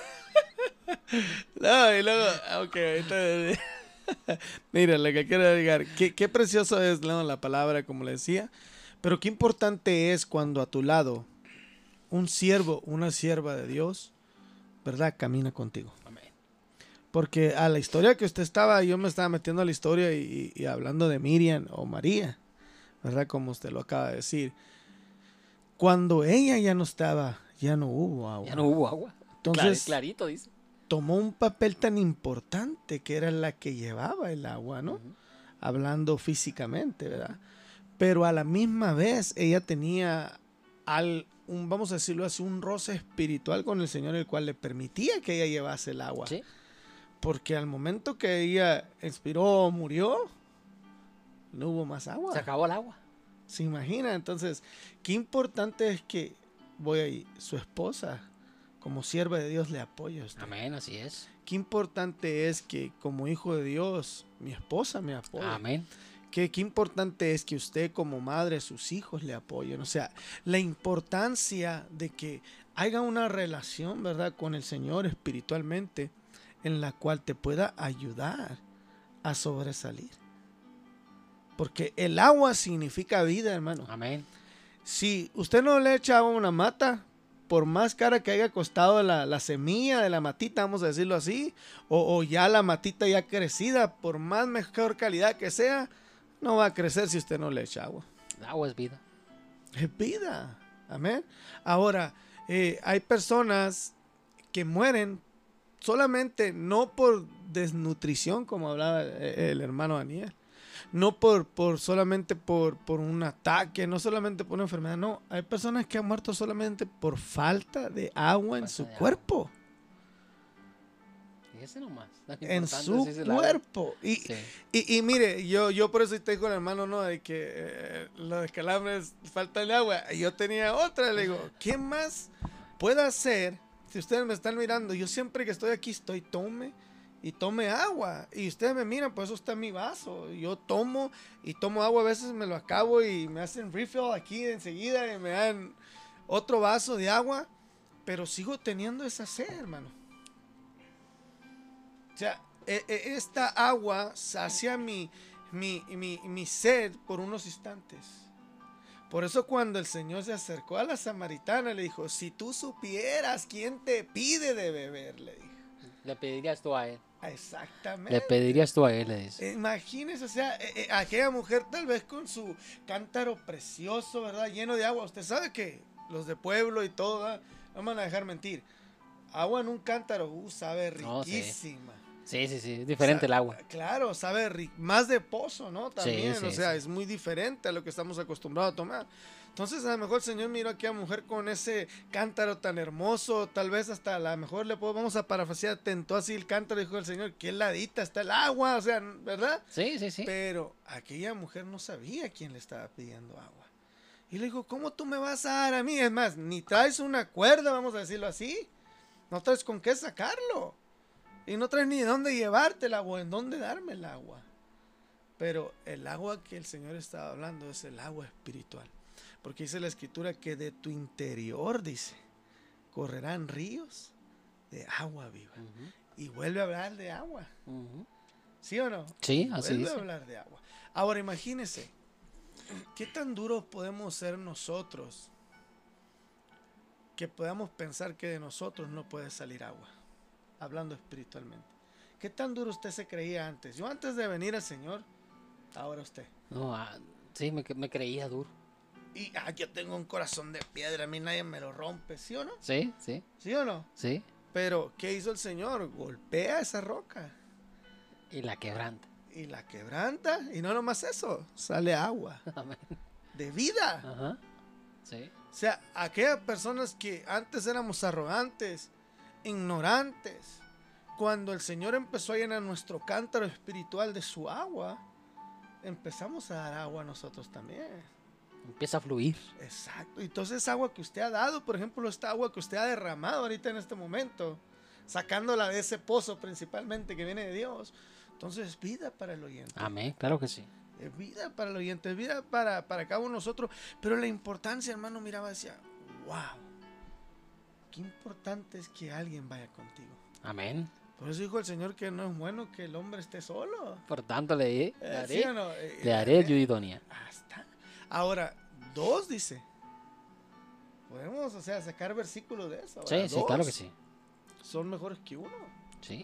No, y luego, ok, ahorita... Mira, lo que quiero decir, qué precioso es, ¿no?, la palabra, como le decía, pero qué importante es cuando a tu lado un siervo, una sierva de Dios, ¿verdad?, camina contigo. Amén. Porque a la historia que usted estaba, yo me estaba metiendo a la historia y hablando de Miriam o María, ¿verdad?, como usted lo acaba de decir. Cuando ella ya no estaba, ya no hubo agua. Ya no hubo agua. Entonces, clarito dice. Tomó un papel tan importante que era la que llevaba el agua, ¿no? Hablando físicamente, ¿verdad? Pero a la misma vez ella tenía vamos a decirlo así, un roce espiritual con el Señor, el cual le permitía que ella llevase el agua. ¿Sí? Porque al momento que ella expiró o murió, no hubo más agua. Se acabó el agua. ¿Se imagina? Entonces, qué importante es que su esposa, como sierva de Dios, le apoye a usted. Amén, así es. Qué importante es que como hijo de Dios, mi esposa me apoye. Amén. Qué importante es que usted como madre, sus hijos le apoyen. O sea, la importancia de que haya una relación, ¿verdad?, con el Señor espiritualmente, en la cual te pueda ayudar a sobresalir. Porque el agua significa vida, hermano. Amén. Si usted no le echa agua a una mata, por más cara que haya costado la semilla de la matita, vamos a decirlo así, o ya la matita ya crecida, por más mejor calidad que sea, no va a crecer si usted no le echa agua. El agua es vida. Es vida. Amén. Ahora, hay personas que mueren solamente no por desnutrición, como hablaba el hermano Daniel, no solamente por un ataque, no solamente por una enfermedad, no. Hay personas que han muerto solamente por falta de agua en su cuerpo. Fíjese nomás. En su cuerpo. Y mire, yo por eso estoy con el hermano, ¿no? De que los calambres falta de agua. Yo tenía otra, le digo, ¿qué más puedo hacer? Si ustedes me están mirando, yo siempre que estoy aquí tome agua. Y ustedes me miran, pues eso está en mi vaso. Yo tomo agua, a veces me lo acabo y me hacen refill aquí enseguida y me dan otro vaso de agua. Pero sigo teniendo esa sed, hermano. O sea, esta agua sacia mi sed por unos instantes. Por eso cuando el Señor se acercó a la samaritana, le dijo, si tú supieras quién te pide de beber, le dijo. Le pedirías tú a él. Exactamente. Le pedirías tú a él, le dice. Imagínese, o sea, aquella mujer tal vez con su cántaro precioso, ¿verdad? Lleno de agua. Usted sabe que los de pueblo y todo, ¿verdad? No me van a dejar mentir. Agua en un cántaro, sabe riquísima. Sí, es diferente el agua. Claro, sabe más de pozo, ¿no? También, sí, o sea, es muy diferente a lo que estamos acostumbrados a tomar. Entonces, a lo mejor el Señor miró aquí a mujer con ese cántaro tan hermoso, tal vez hasta a lo mejor vamos a parafrasear, tentó así el cántaro, dijo el Señor, qué heladita está el agua, o sea, ¿verdad? Sí. Pero aquella mujer no sabía quién le estaba pidiendo agua. Y le dijo, ¿cómo tú me vas a dar a mí? Es más, ni traes una cuerda, vamos a decirlo así. No traes con qué sacarlo. Y no traes ni de dónde llevarte el agua, en dónde darme el agua. Pero el agua que el Señor estaba hablando es el agua espiritual. Porque dice la Escritura que de tu interior, dice, correrán ríos de agua viva. Y vuelve a hablar de agua. ¿Sí o no? Sí, así vuelve dice. a hablar de agua. Ahora imagínese, ¿qué tan duros podemos ser nosotros que podamos pensar que de nosotros no puede salir agua? Hablando espiritualmente. ¿Qué tan duro usted se creía antes? Yo antes de venir al Señor, ahora usted. No, sí, me creía duro. Y yo tengo un corazón de piedra, a mí nadie me lo rompe, ¿sí o no? Sí. ¿Sí o no? Sí. Pero, ¿qué hizo el Señor? Golpea esa roca. Y la quebranta. Y no nomás eso, sale agua. Amén. De vida. Ajá. Sí. O sea, aquellas personas que antes éramos arrogantes, ignorantes, cuando el Señor empezó a llenar nuestro cántaro espiritual de su agua, empezamos a dar agua a nosotros también. Empieza a fluir. Exacto. Entonces esa agua que usted ha dado, por ejemplo, esta agua que usted ha derramado ahorita en este momento, sacándola de ese pozo principalmente que viene de Dios, entonces es vida para el oyente. Amén, claro que sí. Es vida para el oyente, es vida para cada uno de nosotros. Pero la importancia, hermano, miraba, decía, wow, qué importante es que alguien vaya contigo. Amén. Por eso dijo el Señor que no es bueno que el hombre esté solo. Por tanto, le ¿Sí o no? le haré ayuda idónea. Hasta. Ahora, 2 dice. Podemos, o sea, sacar versículos de eso. Ahora, Sí, claro que sí. Son mejores que 1. Sí.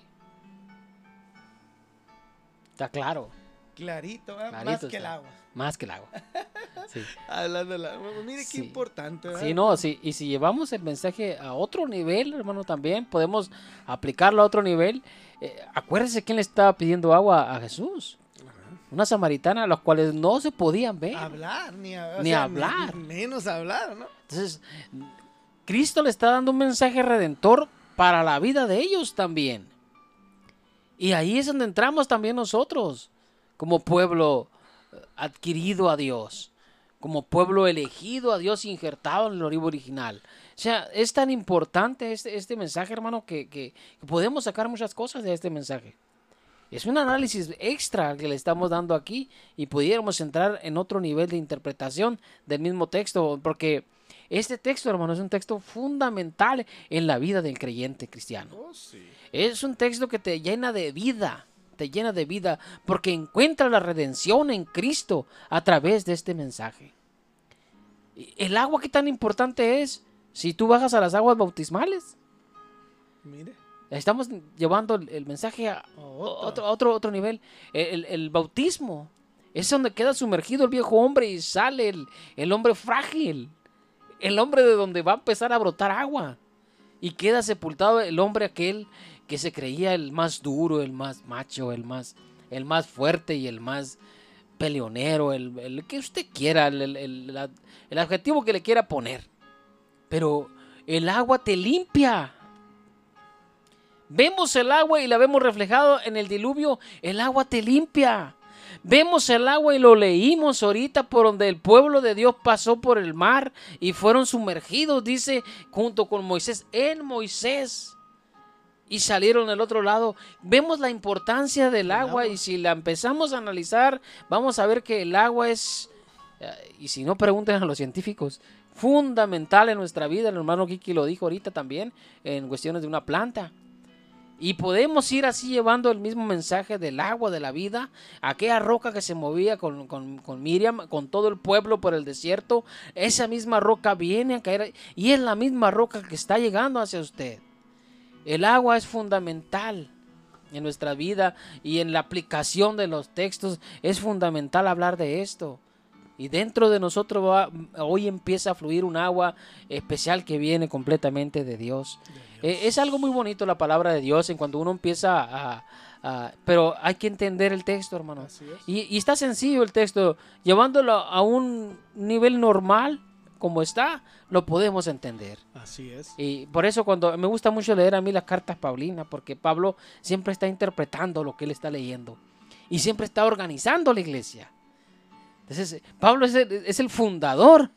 Está claro. Clarito, Clarito, más que el agua. Más que el agua. Sí. Hablando del agua. Mire qué importante, ¿verdad? Sí, no, sí. Y si llevamos el mensaje a otro nivel, hermano, también podemos aplicarlo a otro nivel. Acuérdese quién le estaba pidiendo agua a Jesús. Una samaritana, a los cuales no se podían ver. Hablar, ni hablar. Ni menos hablar, ¿no? Entonces, Cristo le está dando un mensaje redentor para la vida de ellos también. Y ahí es donde entramos también nosotros, como pueblo adquirido a Dios. como pueblo elegido a Dios injertado en el olivo original. O sea, es tan importante este mensaje, hermano, que podemos sacar muchas cosas de este mensaje. Es un análisis extra que le estamos dando aquí y pudiéramos entrar en otro nivel de interpretación del mismo texto, porque este texto, hermano, es un texto fundamental en la vida del creyente cristiano. Oh, sí. Es un texto que te llena de vida, porque encuentra la redención en Cristo a través de este mensaje. El agua, ¿qué tan importante es? Si tú bajas a las aguas bautismales, Mire. estamos llevando el mensaje a otro nivel. El bautismo es donde queda sumergido el viejo hombre y sale el hombre frágil, el hombre de donde va a empezar a brotar agua, y queda sepultado el hombre aquel que se creía el más duro, el más macho, el más fuerte y el más peleonero, el que usted quiera, el adjetivo que le quiera poner. Pero el agua te limpia. Vemos el agua y la vemos reflejado en el diluvio. El agua te limpia. Vemos el agua y lo leímos ahorita, por donde el pueblo de Dios pasó por el mar y fueron sumergidos, dice, junto con Moisés, en Moisés, y salieron al otro lado. Vemos la importancia del agua, y si la empezamos a analizar, vamos a ver que el agua es, y si no, pregunten a los científicos, fundamental en nuestra vida. El hermano Kiki lo dijo ahorita también, en cuestiones de una planta. Y podemos ir así llevando el mismo mensaje del agua de la vida, aquella roca que se movía con Miriam, con todo el pueblo por el desierto. Esa misma roca viene a caer y es la misma roca que está llegando hacia usted. El agua es fundamental en nuestra vida, y en la aplicación de los textos es fundamental hablar de esto. Y dentro de nosotros hoy empieza a fluir un agua especial que viene completamente de Dios. Es algo muy bonito la palabra de Dios en cuando uno empieza pero hay que entender el texto, hermano. Y está sencillo el texto. Llevándolo a un nivel normal, como está, lo podemos entender. Así es. Y por eso cuando me gusta mucho leer a mí las cartas paulinas, porque Pablo siempre está interpretando lo que él está leyendo. Y siempre está organizando la iglesia. Entonces, Pablo es el fundador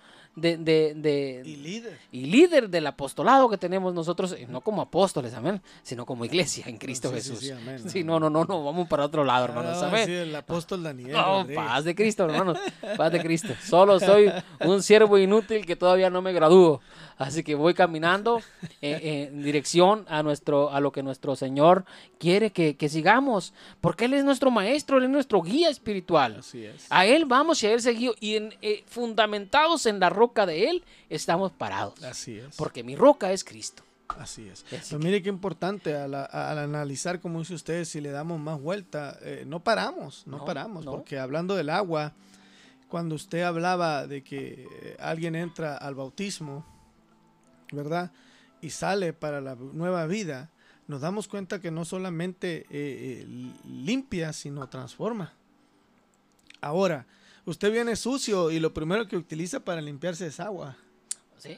y líder del apostolado que tenemos nosotros, no como apóstoles, amén, sino como iglesia en Cristo Jesús. Sí, amén, sí, no, vamos para otro lado, hermanos, amén. Sí, el apóstol Daniel. No, paz de Cristo, hermanos, paz de Cristo. Solo soy un siervo inútil que todavía no me gradúo, así que voy caminando en dirección a lo que nuestro Señor quiere que sigamos, porque Él es nuestro maestro, Él es nuestro guía espiritual. Así es. A Él vamos y a Él seguimos, y fundamentados en la roca de Él estamos parados. Así es. Porque mi roca es Cristo. Así es. Pues mire qué importante al analizar, como dice usted, si le damos más vuelta, no paramos, porque hablando del agua, cuando usted hablaba de que alguien entra al bautismo, ¿verdad? Y sale para la nueva vida, nos damos cuenta que no solamente limpia, sino transforma. Ahora, usted viene sucio y lo primero que utiliza para limpiarse es agua. Sí.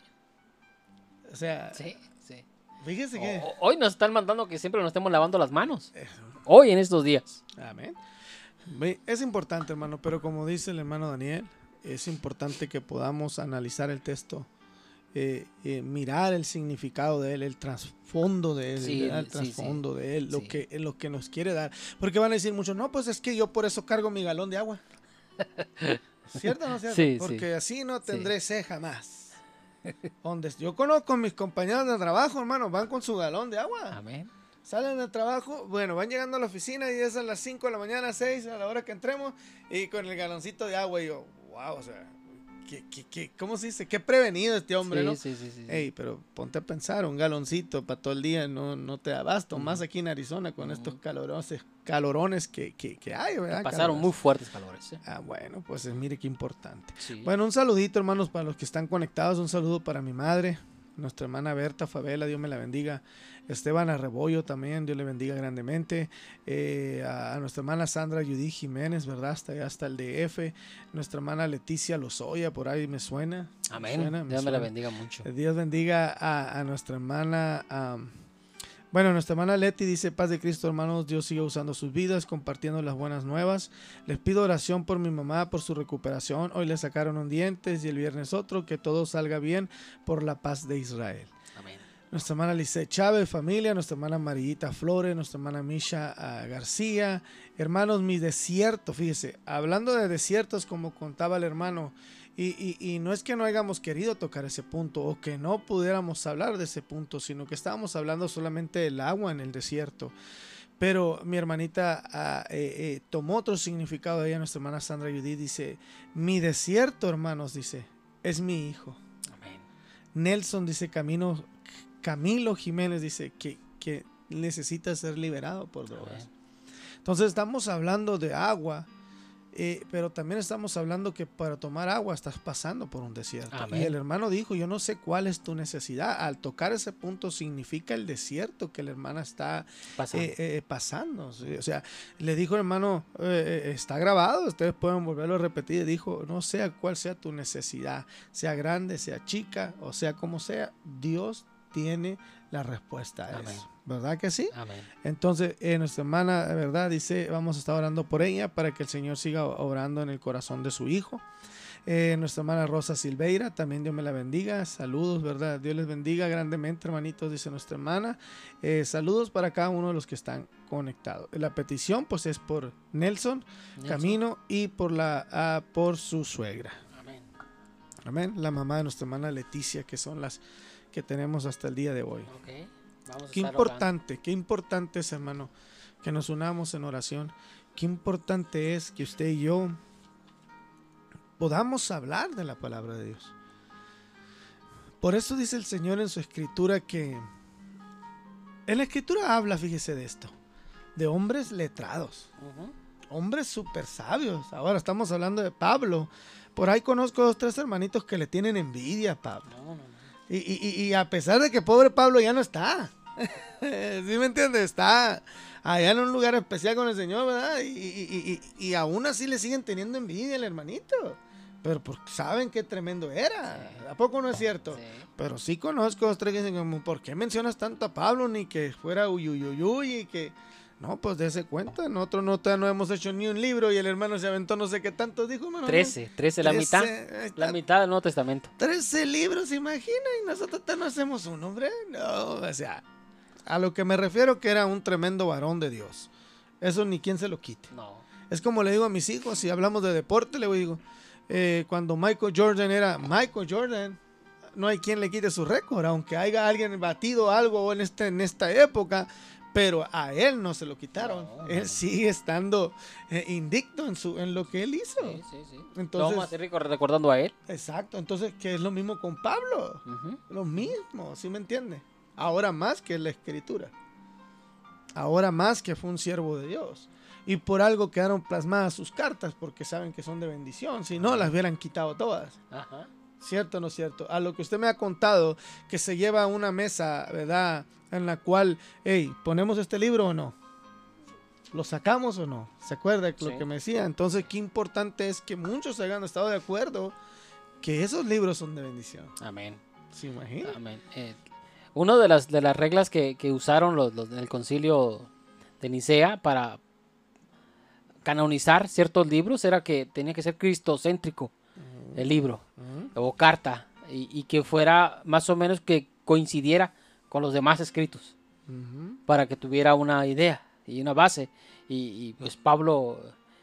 O sea, sí. Fíjese que hoy nos están mandando que siempre nos estemos lavando las manos. Hoy, en estos días. Amén. Es importante, hermano, pero como dice el hermano Daniel, es importante que podamos analizar el texto, mirar el significado de él, el trasfondo de él, de él, lo que nos quiere dar. Porque van a decir muchos, no, pues es que yo por eso cargo mi galón de agua. ¿Cierto o no cierto? Sí, porque así no tendré sed jamás. Donde yo conozco a mis compañeros de trabajo, hermano, van con su galón de agua. Amén. Salen del trabajo, bueno, van llegando a la oficina y es a las 5 de la mañana, 6, a la hora que entremos, y con el galoncito de agua, y yo, wow, o sea, ¿cómo se dice? Qué prevenido este hombre, ¿no? Sí. Ey, pero ponte a pensar, un galoncito para todo el día no te da abasto, más aquí en Arizona con estos calorones que hay, ¿verdad? Pasaron muy fuertes calores. Bueno, pues mire qué importante. Sí. Bueno, un saludito, hermanos, para los que están conectados, un saludo para mi madre, nuestra hermana Berta Favela, Dios me la bendiga. Esteban Arrebollo también, Dios le bendiga grandemente. A nuestra hermana Sandra Judy Jiménez, ¿verdad? Hasta el DF. Nuestra hermana Leticia Lozoya, por ahí me suena. Amén. Dios me la bendiga mucho. Dios bendiga a nuestra hermana Bueno, nuestra hermana Leti dice: paz de Cristo, hermanos, Dios sigue usando sus vidas, compartiendo las buenas nuevas. Les pido oración por mi mamá, por su recuperación. Hoy le sacaron un diente y el viernes otro. Que todo salga bien por la paz de Israel. Amén. Nuestra hermana Lice Chávez, familia, nuestra hermana Marillita Flores, nuestra hermana Misha García. Hermanos, mi desierto, fíjese, hablando de desiertos, como contaba el hermano, y no es que no hayamos querido tocar ese punto o que no pudiéramos hablar de ese punto, sino que estábamos hablando solamente del agua en el desierto. Pero mi hermanita tomó otro significado de ella, nuestra hermana Sandra Judith, dice: mi desierto, hermanos, dice, es mi hijo. Amén. Nelson dice: Camilo Jiménez dice que necesita ser liberado por drogas. Amén. Entonces estamos hablando de agua, pero también estamos hablando que para tomar agua estás pasando por un desierto. Amén. Y el hermano dijo: yo no sé cuál es tu necesidad. Al tocar ese punto significa el desierto que la hermana está pasando. ¿Sí? O sea, le dijo el hermano, está grabado, ustedes pueden volverlo a repetir. Dijo: no sé cuál sea tu necesidad, sea grande, sea chica, o sea como sea, Dios tiene la respuesta a Amén. eso. ¿Verdad que sí? Amén. Entonces, nuestra hermana, de verdad, dice: vamos a estar orando por ella para que el Señor siga obrando en el corazón de su hijo. Nuestra hermana Rosa Silveira, también Dios me la bendiga. Saludos, ¿verdad? Dios les bendiga grandemente, hermanitos, dice nuestra hermana. Saludos para cada uno de los que están conectados. La petición, pues, es por Nelson Camino y por su suegra. Amén. Amén. La mamá de nuestra hermana Leticia, que son las que tenemos hasta el día de hoy. Okay. Vamos a Qué estar importante es, hermano, que nos unamos en oración. Qué importante es que usted y yo podamos hablar de la palabra de Dios. Por eso dice el Señor en su escritura que... En la escritura habla, fíjese de esto, de hombres letrados, hombres súper sabios. Ahora estamos hablando de Pablo. Por ahí conozco 2 o 3 hermanitos que le tienen envidia a Pablo. No. Y a pesar de que pobre Pablo ya no está, ¿sí me entiendes? Está allá en un lugar especial con el Señor, ¿verdad? Y aún así le siguen teniendo envidia al hermanito. Pero porque saben qué tremendo era. Sí. ¿A poco no es cierto? Sí. Pero sí conozco 2 o 3 que dicen como: ¿por qué mencionas tanto a Pablo? Ni que fuera uyuyuyuy y que... No, pues dése cuenta, nosotros no hemos hecho ni un libro y el hermano se aventó no sé qué tanto, dijo, hermano. 13, la mitad. La mitad del Nuevo Testamento. 13 libros, imagina, y nosotros no hacemos uno, hombre. No, o sea, a lo que me refiero que era un tremendo varón de Dios. Eso ni quien se lo quite. No. Es como le digo a mis hijos, si hablamos de deporte, le digo, cuando Michael Jordan era Michael Jordan, no hay quien le quite su récord, aunque haya alguien batido algo en esta época. Pero a él no se lo quitaron. No. Él sigue estando indicto en lo que él hizo. Sí. Entonces, vamos a hacer recordando a él. exacto. Entonces, que es lo mismo con Pablo. Lo mismo, ¿sí me entiende? Ahora más que la escritura. Ahora más que fue un siervo de Dios. Y por algo quedaron plasmadas sus cartas, porque saben que son de bendición. Si no, las hubieran quitado todas. Ajá. ¿Cierto o no es cierto? A lo que usted me ha contado, que se lleva a una mesa, ¿verdad? En la cual, hey, ¿ponemos este libro o no? ¿Lo sacamos o no? ¿Se acuerda lo Sí. que me decía? Entonces, qué importante es que muchos hayan estado de acuerdo que esos libros son de bendición. Amén. ¿Se imagina? Amén. Una de las reglas que usaron los en el concilio de Nicea para canonizar ciertos libros era que tenía que ser cristocéntrico el libro o carta y que fuera más o menos que coincidiera con los demás escritos para que tuviera una idea y una base y pues Pablo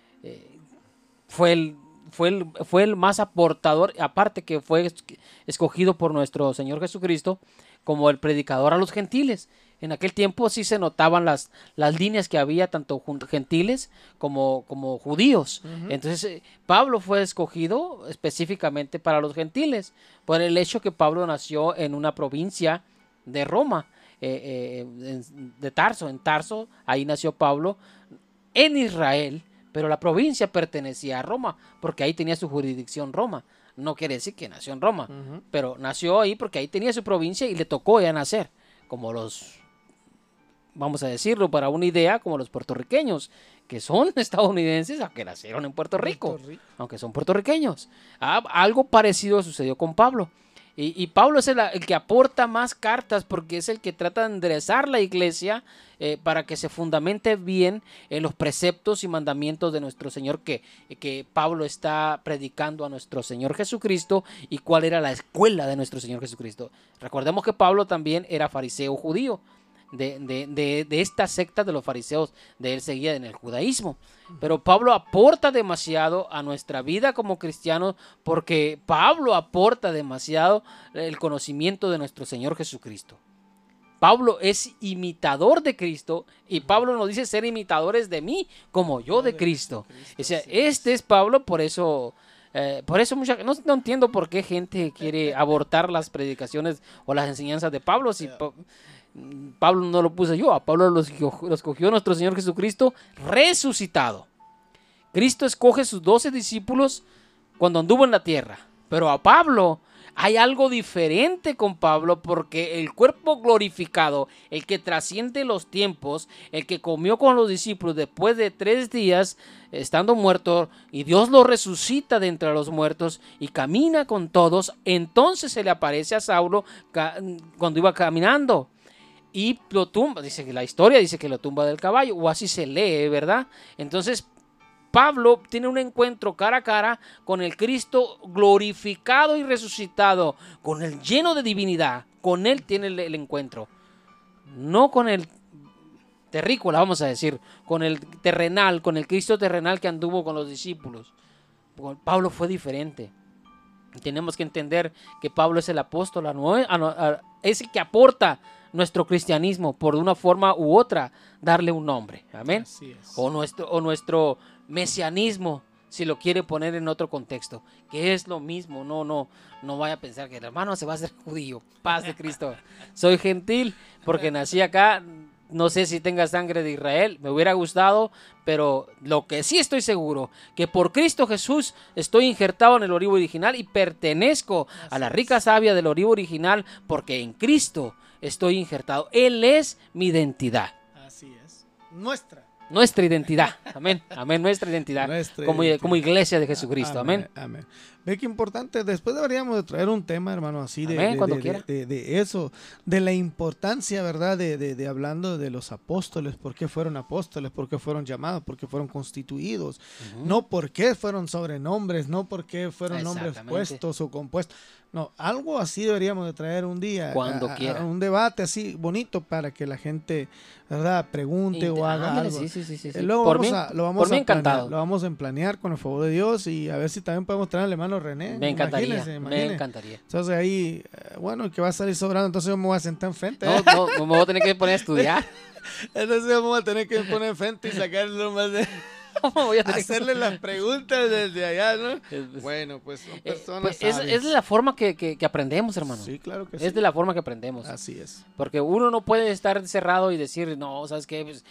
fue el más aportador, aparte que fue escogido por nuestro Señor Jesucristo como el predicador a los gentiles. En aquel tiempo sí se notaban las líneas que había tanto gentiles como judíos. Entonces Pablo fue escogido específicamente para los gentiles por el hecho que Pablo nació en una provincia de Roma, de Tarso. En Tarso, ahí nació Pablo, en Israel, pero la provincia pertenecía a Roma, porque ahí tenía su jurisdicción Roma. No quiere decir que nació en Roma, pero nació ahí porque ahí tenía su provincia y le tocó ya nacer, como los, vamos a decirlo para una idea, como los puertorriqueños, que son estadounidenses, aunque nacieron en Puerto Rico, aunque son puertorriqueños. Algo parecido sucedió con Pablo. Y Pablo es el que aporta más cartas porque es el que trata de enderezar la iglesia para que se fundamente bien en los preceptos y mandamientos de nuestro Señor que Pablo está predicando a nuestro Señor Jesucristo y cuál era la escuela de nuestro Señor Jesucristo. Recordemos que Pablo también era fariseo judío. De esta secta de los fariseos, de él seguía en el judaísmo. Pero Pablo aporta demasiado a nuestra vida como cristianos porque Pablo aporta demasiado el conocimiento de nuestro Señor Jesucristo. Pablo es imitador de Cristo y Pablo nos dice ser imitadores de mí como yo de Cristo. O sea, este es Pablo, por eso no entiendo por qué gente quiere abortar las predicaciones o las enseñanzas de Pablo. Si Pablo no lo puse yo, a Pablo los escogió nuestro Señor Jesucristo resucitado. Cristo escoge sus 12 discípulos cuando anduvo en la tierra, pero a Pablo hay algo diferente con Pablo porque el cuerpo glorificado, el que trasciende los tiempos, el que comió con los discípulos después de 3 días estando muerto y Dios lo resucita de entre los muertos y camina con todos, entonces se le aparece a Saulo cuando iba caminando. Y lo tumba, dice que la historia dice que lo tumba del caballo, o así se lee, ¿verdad? Entonces Pablo tiene un encuentro cara a cara con el Cristo glorificado y resucitado, con el lleno de divinidad. Con él tiene el encuentro, no con el terrícola, vamos a decir, con el terrenal, con el Cristo terrenal que anduvo con los discípulos. Pablo fue diferente. Tenemos que entender que Pablo es el apóstol, es el que aporta nuestro cristianismo por una forma u otra, darle un nombre, amén. O nuestro mesianismo, si lo quiere poner en otro contexto, que es lo mismo. No vaya a pensar que el hermano se va a hacer judío, paz de Cristo. Soy gentil porque nací acá. No sé si tenga sangre de Israel, me hubiera gustado, pero lo que sí estoy seguro, que por Cristo Jesús estoy injertado en el olivo original y pertenezco a la rica savia del olivo original porque en Cristo estoy injertado. Él es mi identidad. Así es. Nuestra identidad, amén, amén, nuestra identidad, como iglesia de Jesucristo, amén. Amén. Ve qué importante, después deberíamos de traer un tema, hermano, así de eso, de la importancia, ¿verdad? De hablando de los apóstoles, por qué fueron apóstoles, por qué fueron llamados, por qué fueron constituidos, no por qué fueron sobrenombres, no por qué fueron nombres puestos o compuestos. No, algo así deberíamos de traer un día, cuando quiera, un debate así bonito para que la gente, ¿verdad?, pregunte o haga algo. Sí. Luego lo vamos a planear con el favor de Dios y a ver si también podemos traer al hermano René. Me encantaría. Entonces ahí, bueno, el que va a salir sobrando, entonces yo me voy a sentar enfrente. No, me voy a tener que poner a estudiar. Entonces yo me voy a tener que poner enfrente y sacarle más de... hacerle las preguntas desde allá, ¿no? Bueno, pues son personas es de la forma que aprendemos, hermano. Sí, claro que sí. Es de la forma que aprendemos. Así es. Porque uno no puede estar cerrado y decir, no, ¿sabes qué? Pues,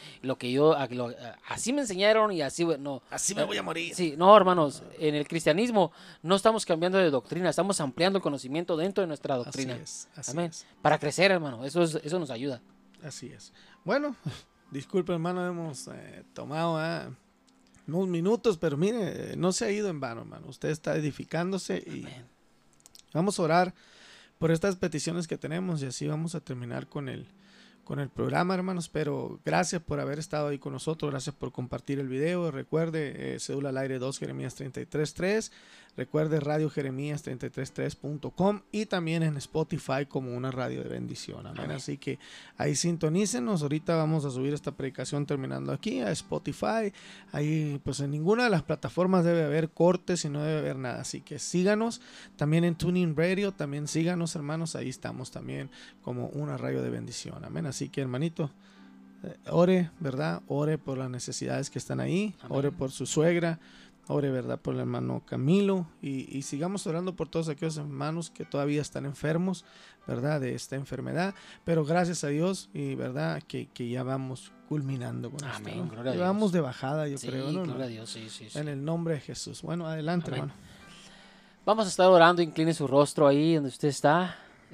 así me enseñaron y así, no. Así me voy a morir. Sí, no, hermanos, en el cristianismo no estamos cambiando de doctrina, estamos ampliando el conocimiento dentro de nuestra doctrina. Así es. Para crecer, hermano, eso nos ayuda. Así es. Bueno, disculpe, hermano, hemos tomado... unos minutos, pero mire, no se ha ido en vano, hermano. Usted está edificándose y vamos a orar por estas peticiones que tenemos y así vamos a terminar con el programa, hermanos. Pero gracias por haber estado ahí con nosotros, gracias por compartir el video. Recuerde, Cédula al Aire 2, Jeremías 33.3. Recuerde Radio Jeremías 33.3.com y también en Spotify como una radio de bendición. Amén. Así que ahí sintonícenos. Ahorita vamos a subir esta predicación terminando aquí a Spotify. Ahí pues en ninguna de las plataformas debe haber cortes y no debe haber nada. Así que síganos. También en Tuning Radio, también síganos, hermanos. Ahí estamos también como una radio de bendición. Amén. Así que, hermanito, ore, ¿verdad? Ore por las necesidades que están ahí. Amén. Ore por su suegra. Ore, ¿verdad?, por el hermano Camilo y sigamos orando por todos aquellos hermanos que todavía están enfermos, ¿verdad?, de esta enfermedad, pero gracias a Dios y verdad que ya vamos culminando con esto, ¿no? Gloria a Dios. Vamos de bajada, yo creo, ¿no? Gloria a Dios, sí. En el nombre de Jesús. Bueno, adelante, amén, hermano. Vamos a estar orando, incline su rostro ahí donde usted está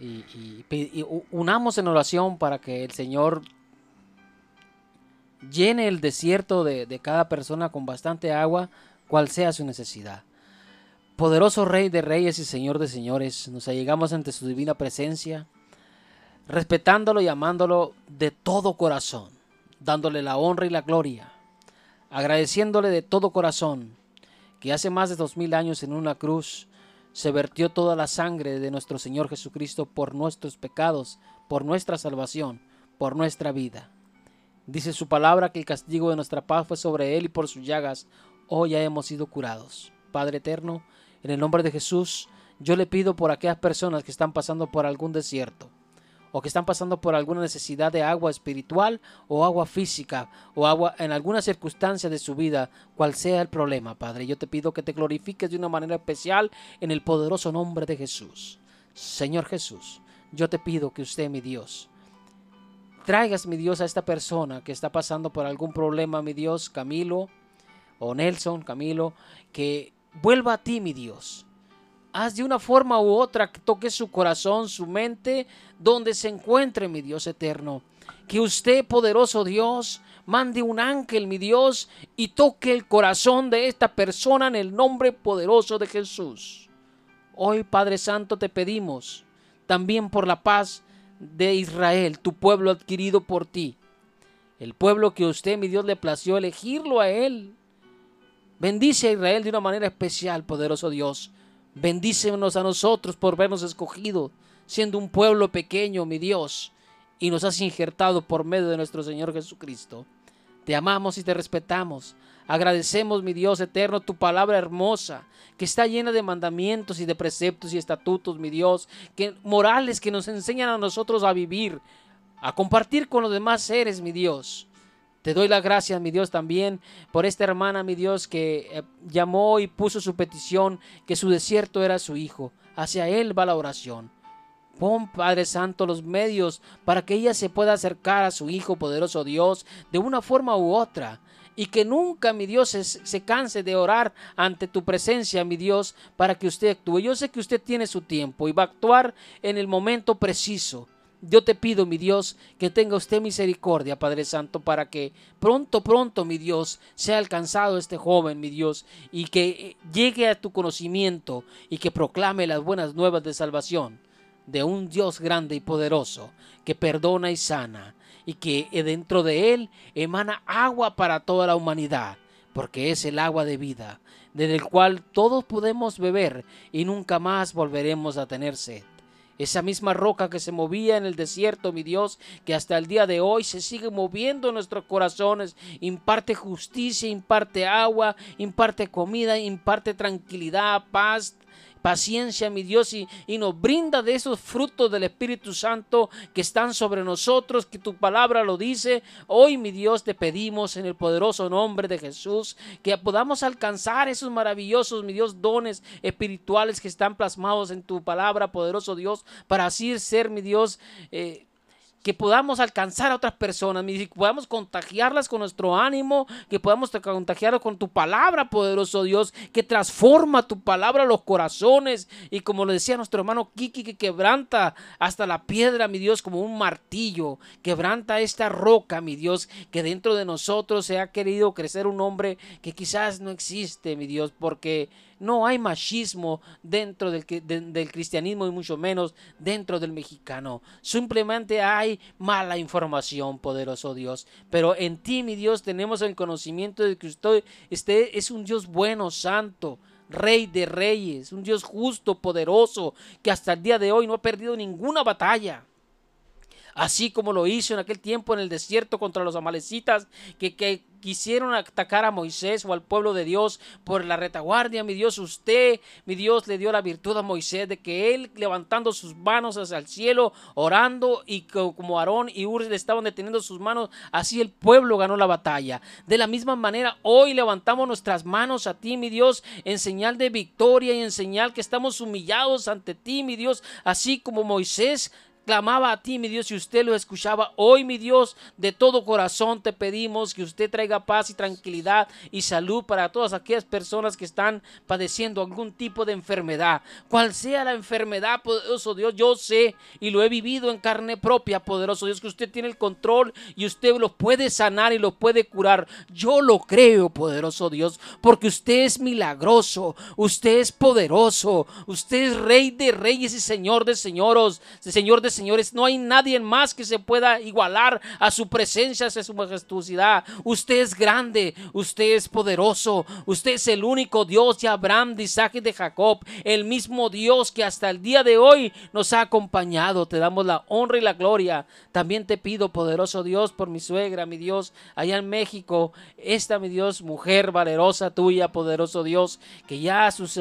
y unamos en oración para que el Señor llene el desierto de cada persona con bastante agua, cual sea su necesidad. Poderoso Rey de Reyes y Señor de Señores, nos allegamos ante su divina presencia, respetándolo y amándolo de todo corazón, dándole la honra y la gloria, agradeciéndole de todo corazón que hace más de 2000 años en una cruz se vertió toda la sangre de nuestro Señor Jesucristo por nuestros pecados, por nuestra salvación, por nuestra vida. Dice su palabra que el castigo de nuestra paz fue sobre él y por sus llagas hoy ya hemos sido curados. Padre eterno, en el nombre de Jesús, yo le pido por aquellas personas que están pasando por algún desierto o que están pasando por alguna necesidad de agua espiritual o agua física o agua en alguna circunstancia de su vida, cual sea el problema, Padre. Yo te pido que te glorifiques de una manera especial en el poderoso nombre de Jesús. Señor Jesús, yo te pido que usted, mi Dios, traigas, mi Dios, a esta persona que está pasando por algún problema, mi Dios, Camilo o Nelson, Camilo, que vuelva a ti, mi Dios. Haz de una forma u otra que toque su corazón, su mente, donde se encuentre, mi Dios eterno. Que usted, poderoso Dios, mande un ángel, mi Dios, y toque el corazón de esta persona en el nombre poderoso de Jesús. Hoy, Padre Santo, te pedimos también por la paz de Israel, tu pueblo adquirido por ti. El pueblo que usted, mi Dios, le plació elegirlo a él. Bendice a Israel de una manera especial, poderoso Dios. Bendícenos a nosotros por vernos escogido, siendo un pueblo pequeño, mi Dios, y nos has injertado por medio de nuestro Señor Jesucristo. Te amamos y te respetamos. Agradecemos, mi Dios eterno, tu palabra hermosa, que está llena de mandamientos y de preceptos y estatutos, mi Dios, morales que nos enseñan a nosotros a vivir, a compartir con los demás seres, mi Dios. Te doy las gracias, mi Dios, también por esta hermana, mi Dios, que llamó y puso su petición, que su desierto era su hijo. Hacia él va la oración. Pon, Padre Santo, los medios para que ella se pueda acercar a su hijo, poderoso Dios, de una forma u otra. Y que nunca, mi Dios, se canse de orar ante tu presencia, mi Dios, para que usted actúe. Yo sé que usted tiene su tiempo y va a actuar en el momento preciso. Yo te pido, mi Dios, que tenga usted misericordia, Padre Santo, para que pronto, mi Dios, sea alcanzado este joven, mi Dios, y que llegue a tu conocimiento y que proclame las buenas nuevas de salvación de un Dios grande y poderoso, que perdona y sana, y que dentro de él emana agua para toda la humanidad, porque es el agua de vida, del cual todos podemos beber y nunca más volveremos a tener sed. Esa misma roca que se movía en el desierto, mi Dios, que hasta el día de hoy se sigue moviendo en nuestros corazones, imparte justicia, imparte agua, imparte comida, imparte tranquilidad, paz, paciencia, mi Dios, y nos brinda de esos frutos del Espíritu Santo que están sobre nosotros, que tu palabra lo dice. Hoy, mi Dios, te pedimos en el poderoso nombre de Jesús que podamos alcanzar esos maravillosos, mi Dios, dones espirituales que están plasmados en tu palabra, poderoso Dios, para así ser, mi Dios, que podamos alcanzar a otras personas, que podamos contagiarlas con nuestro ánimo, que podamos contagiarlas con tu palabra, poderoso Dios, que transforma tu palabra los corazones, y como lo decía nuestro hermano Kiki, que quebranta hasta la piedra, mi Dios, como un martillo, quebranta esta roca, mi Dios, que dentro de nosotros se ha querido crecer un hombre que quizás no existe, mi Dios, porque no hay machismo dentro del cristianismo y mucho menos dentro del mexicano. Simplemente hay mala información, poderoso Dios. Pero en ti, mi Dios, tenemos el conocimiento de que usted es un Dios bueno, santo, Rey de reyes, un Dios justo, poderoso, que hasta el día de hoy no ha perdido ninguna batalla. Así como lo hizo en aquel tiempo en el desierto contra los amalecitas que quisieron atacar a Moisés o al pueblo de Dios por la retaguardia, mi Dios, usted, mi Dios, le dio la virtud a Moisés de que él, levantando sus manos hacia el cielo, orando, y como Aarón y Ur le estaban deteniendo sus manos, así el pueblo ganó la batalla. De la misma manera, hoy levantamos nuestras manos a ti, mi Dios, en señal de victoria y en señal que estamos humillados ante ti, mi Dios, así como Moisés clamaba a ti, mi Dios, y usted lo escuchaba. Hoy, mi Dios, de todo corazón te pedimos que usted traiga paz y tranquilidad y salud para todas aquellas personas que están padeciendo algún tipo de enfermedad. Cual sea la enfermedad, poderoso Dios, yo sé y lo he vivido en carne propia, poderoso Dios, que usted tiene el control y usted los puede sanar y los puede curar. Yo lo creo, poderoso Dios, porque usted es milagroso, usted es poderoso, usted es Rey de reyes y Señor de señores, no hay nadie más que se pueda igualar a su presencia, a su majestuosidad. Usted es grande, usted es poderoso, usted es el único Dios de Abraham, de Isaac y de Jacob, el mismo Dios que hasta el día de hoy nos ha acompañado. Te damos la honra y la gloria. También te pido, poderoso Dios, por mi suegra, mi Dios, allá en México, esta, mi Dios, mujer valerosa tuya, poderoso Dios, que ya a sus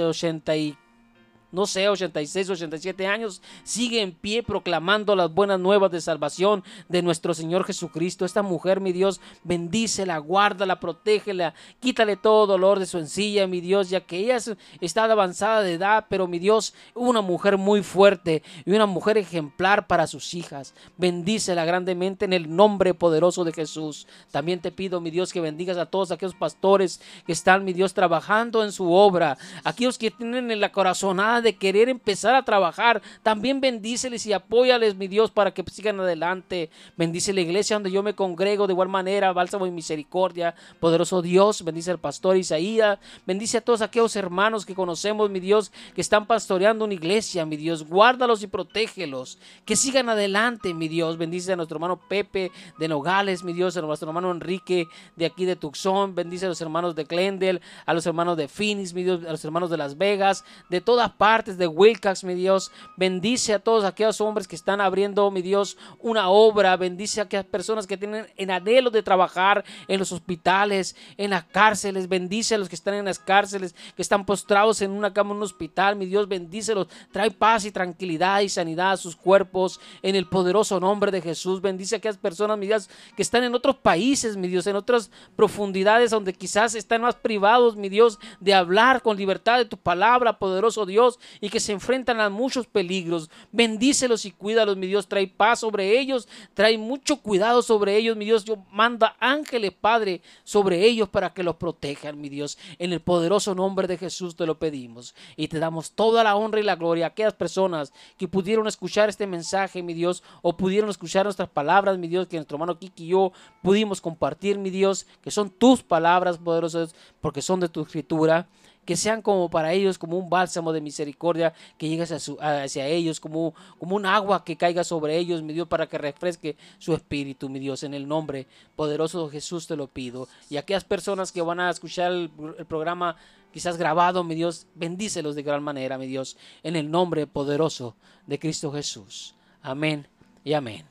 86, 87 años, sigue en pie proclamando las buenas nuevas de salvación de nuestro Señor Jesucristo. Esta mujer, mi Dios, bendícela, guárdala, protégela, quítale todo dolor de su encilla, mi Dios, ya que ella está avanzada de edad, pero mi Dios, una mujer muy fuerte y una mujer ejemplar para sus hijas. Bendícela grandemente en el nombre poderoso de Jesús. También te pido, mi Dios, que bendigas a todos aquellos pastores que están, mi Dios, trabajando en su obra, aquellos que tienen en la corazonada de querer empezar a trabajar. También bendíceles y apóyales, mi Dios, para que sigan adelante. Bendice la iglesia donde yo me congrego de igual manera, Bálsamo y Misericordia, poderoso Dios. Bendice al pastor Isaías, bendice a todos aquellos hermanos que conocemos, mi Dios, que están pastoreando una iglesia, mi Dios, guárdalos y protégelos, que sigan adelante, mi Dios. Bendice a nuestro hermano Pepe de Nogales, mi Dios, a nuestro hermano Enrique de aquí de Tucson. Bendice a los hermanos de Glendale, a los hermanos de Phoenix, mi Dios, a los hermanos de Las Vegas, de todas partes, de Wilcox, mi Dios. Bendice a todos aquellos hombres que están abriendo, mi Dios, una obra. Bendice a aquellas personas que tienen en anhelo de trabajar en los hospitales, en las cárceles. Bendice a los que están en las cárceles, que están postrados en una cama en un hospital, mi Dios, bendícelos. Trae paz y tranquilidad y sanidad a sus cuerpos en el poderoso nombre de Jesús. Bendice a aquellas personas, mi Dios, que están en otros países, mi Dios, en otras profundidades donde quizás están más privados, mi Dios, de hablar con libertad de tu palabra, poderoso Dios, y que se enfrentan a muchos peligros. Bendícelos y cuídalos, mi Dios. Trae paz sobre ellos, trae mucho cuidado sobre ellos, mi Dios. Yo manda ángeles, Padre, sobre ellos para que los protejan, mi Dios. En el poderoso nombre de Jesús te lo pedimos y te damos toda la honra y la gloria a aquellas personas que pudieron escuchar este mensaje, mi Dios, o pudieron escuchar nuestras palabras, mi Dios, que nuestro hermano Kiki y yo pudimos compartir, mi Dios, que son tus palabras poderosas porque son de tu escritura. Que sean como para ellos, como un bálsamo de misericordia que llegue hacia ellos, como un agua que caiga sobre ellos, mi Dios, para que refresque su espíritu, mi Dios. En el nombre poderoso de Jesús te lo pido. Y aquellas personas que van a escuchar el programa quizás grabado, mi Dios, bendícelos de gran manera, mi Dios, en el nombre poderoso de Cristo Jesús. Amén y amén.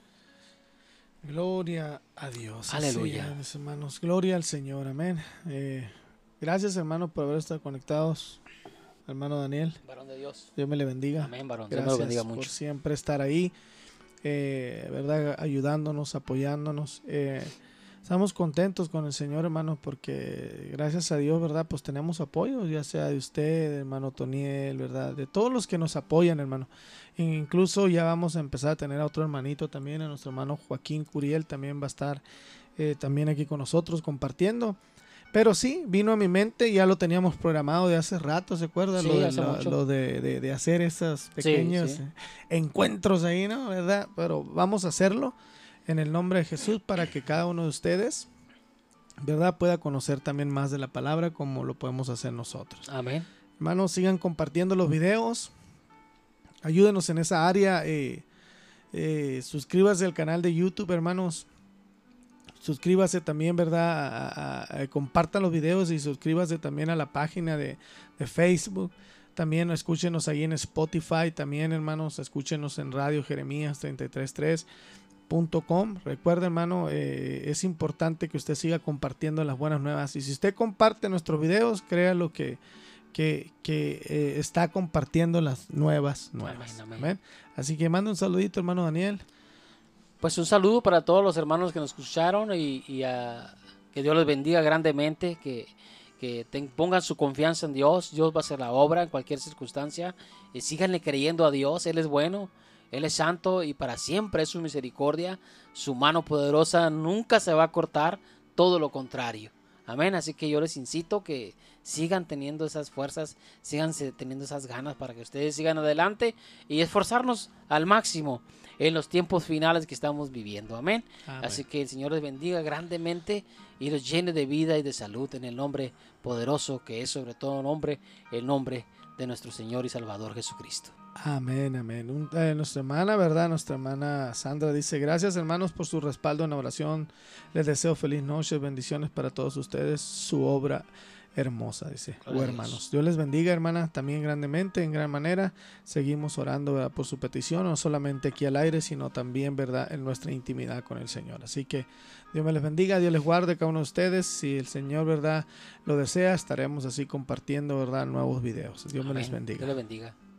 Gloria a Dios. Aleluya. Así, mis hermanos, gloria al Señor. Amén. Gracias, hermano, por haber estado conectados. Hermano Daniel. Varón de Dios. Dios me le bendiga. Amén, varón. Gracias, Dios me lo bendiga mucho. por siempre estar ahí, ¿verdad? Ayudándonos, apoyándonos. Estamos contentos con el Señor, hermano, porque gracias a Dios, ¿verdad? Pues tenemos apoyo, ya sea de usted, hermano Toniel, ¿verdad? De todos los que nos apoyan, hermano. Incluso ya vamos a empezar a tener a otro hermanito también, a nuestro hermano Joaquín Curiel, también va a estar también aquí con nosotros compartiendo. Pero sí, vino a mi mente, ya lo teníamos programado de hace rato, ¿se acuerda? Sí, lo de hacer esos pequeños encuentros ahí, ¿no? ¿Verdad? Pero vamos a hacerlo en el nombre de Jesús para que cada uno de ustedes, ¿verdad?, pueda conocer también más de la palabra como lo podemos hacer nosotros. Amén. Hermanos, sigan compartiendo los videos, ayúdenos en esa área, suscríbase al canal de YouTube, hermanos. Suscríbase también, ¿verdad? Compartan los videos y suscríbase también a la página de Facebook. También escúchenos ahí en Spotify. También, hermanos, escúchenos en Radio Jeremías 33.3.com. Recuerda, hermano, es importante que usted siga compartiendo las buenas nuevas. Y si usted comparte nuestros videos, créalo que está compartiendo las nuevas. Amén, amén. ¿Amén? Así que manda un saludito, hermano Daniel. Pues un saludo para todos los hermanos que nos escucharon y que Dios los bendiga grandemente, que pongan su confianza en Dios. Dios va a hacer la obra en cualquier circunstancia. Síganle creyendo a Dios, Él es bueno. Él es santo y para siempre es su misericordia. Su mano poderosa nunca se va a cortar, todo lo contrario. Amén. Así que yo les incito que sigan teniendo esas fuerzas, sigan teniendo esas ganas para que ustedes sigan adelante y esforzarnos al máximo en los tiempos finales que estamos viviendo. Amén. Amén. Así que el Señor les bendiga grandemente y los llene de vida y de salud en el nombre poderoso que es sobre todo nombre, el nombre de nuestro Señor y Salvador Jesucristo. Amén, amén. Nuestra hermana, ¿verdad? Nuestra hermana Sandra dice: gracias, hermanos, por su respaldo en la oración. Les deseo feliz noche, bendiciones para todos ustedes. Su obra hermosa, dice. Hermanos, Dios les bendiga, hermana, también grandemente, en gran manera. Seguimos orando, ¿verdad?, por su petición, no solamente aquí al aire, sino también, ¿verdad?, en nuestra intimidad con el Señor. Así que Dios me les bendiga, Dios les guarde cada uno de ustedes. Si el Señor, ¿verdad?, lo desea, estaremos así compartiendo, ¿verdad?, nuevos videos. Dios me les bendiga. Dios les bendiga.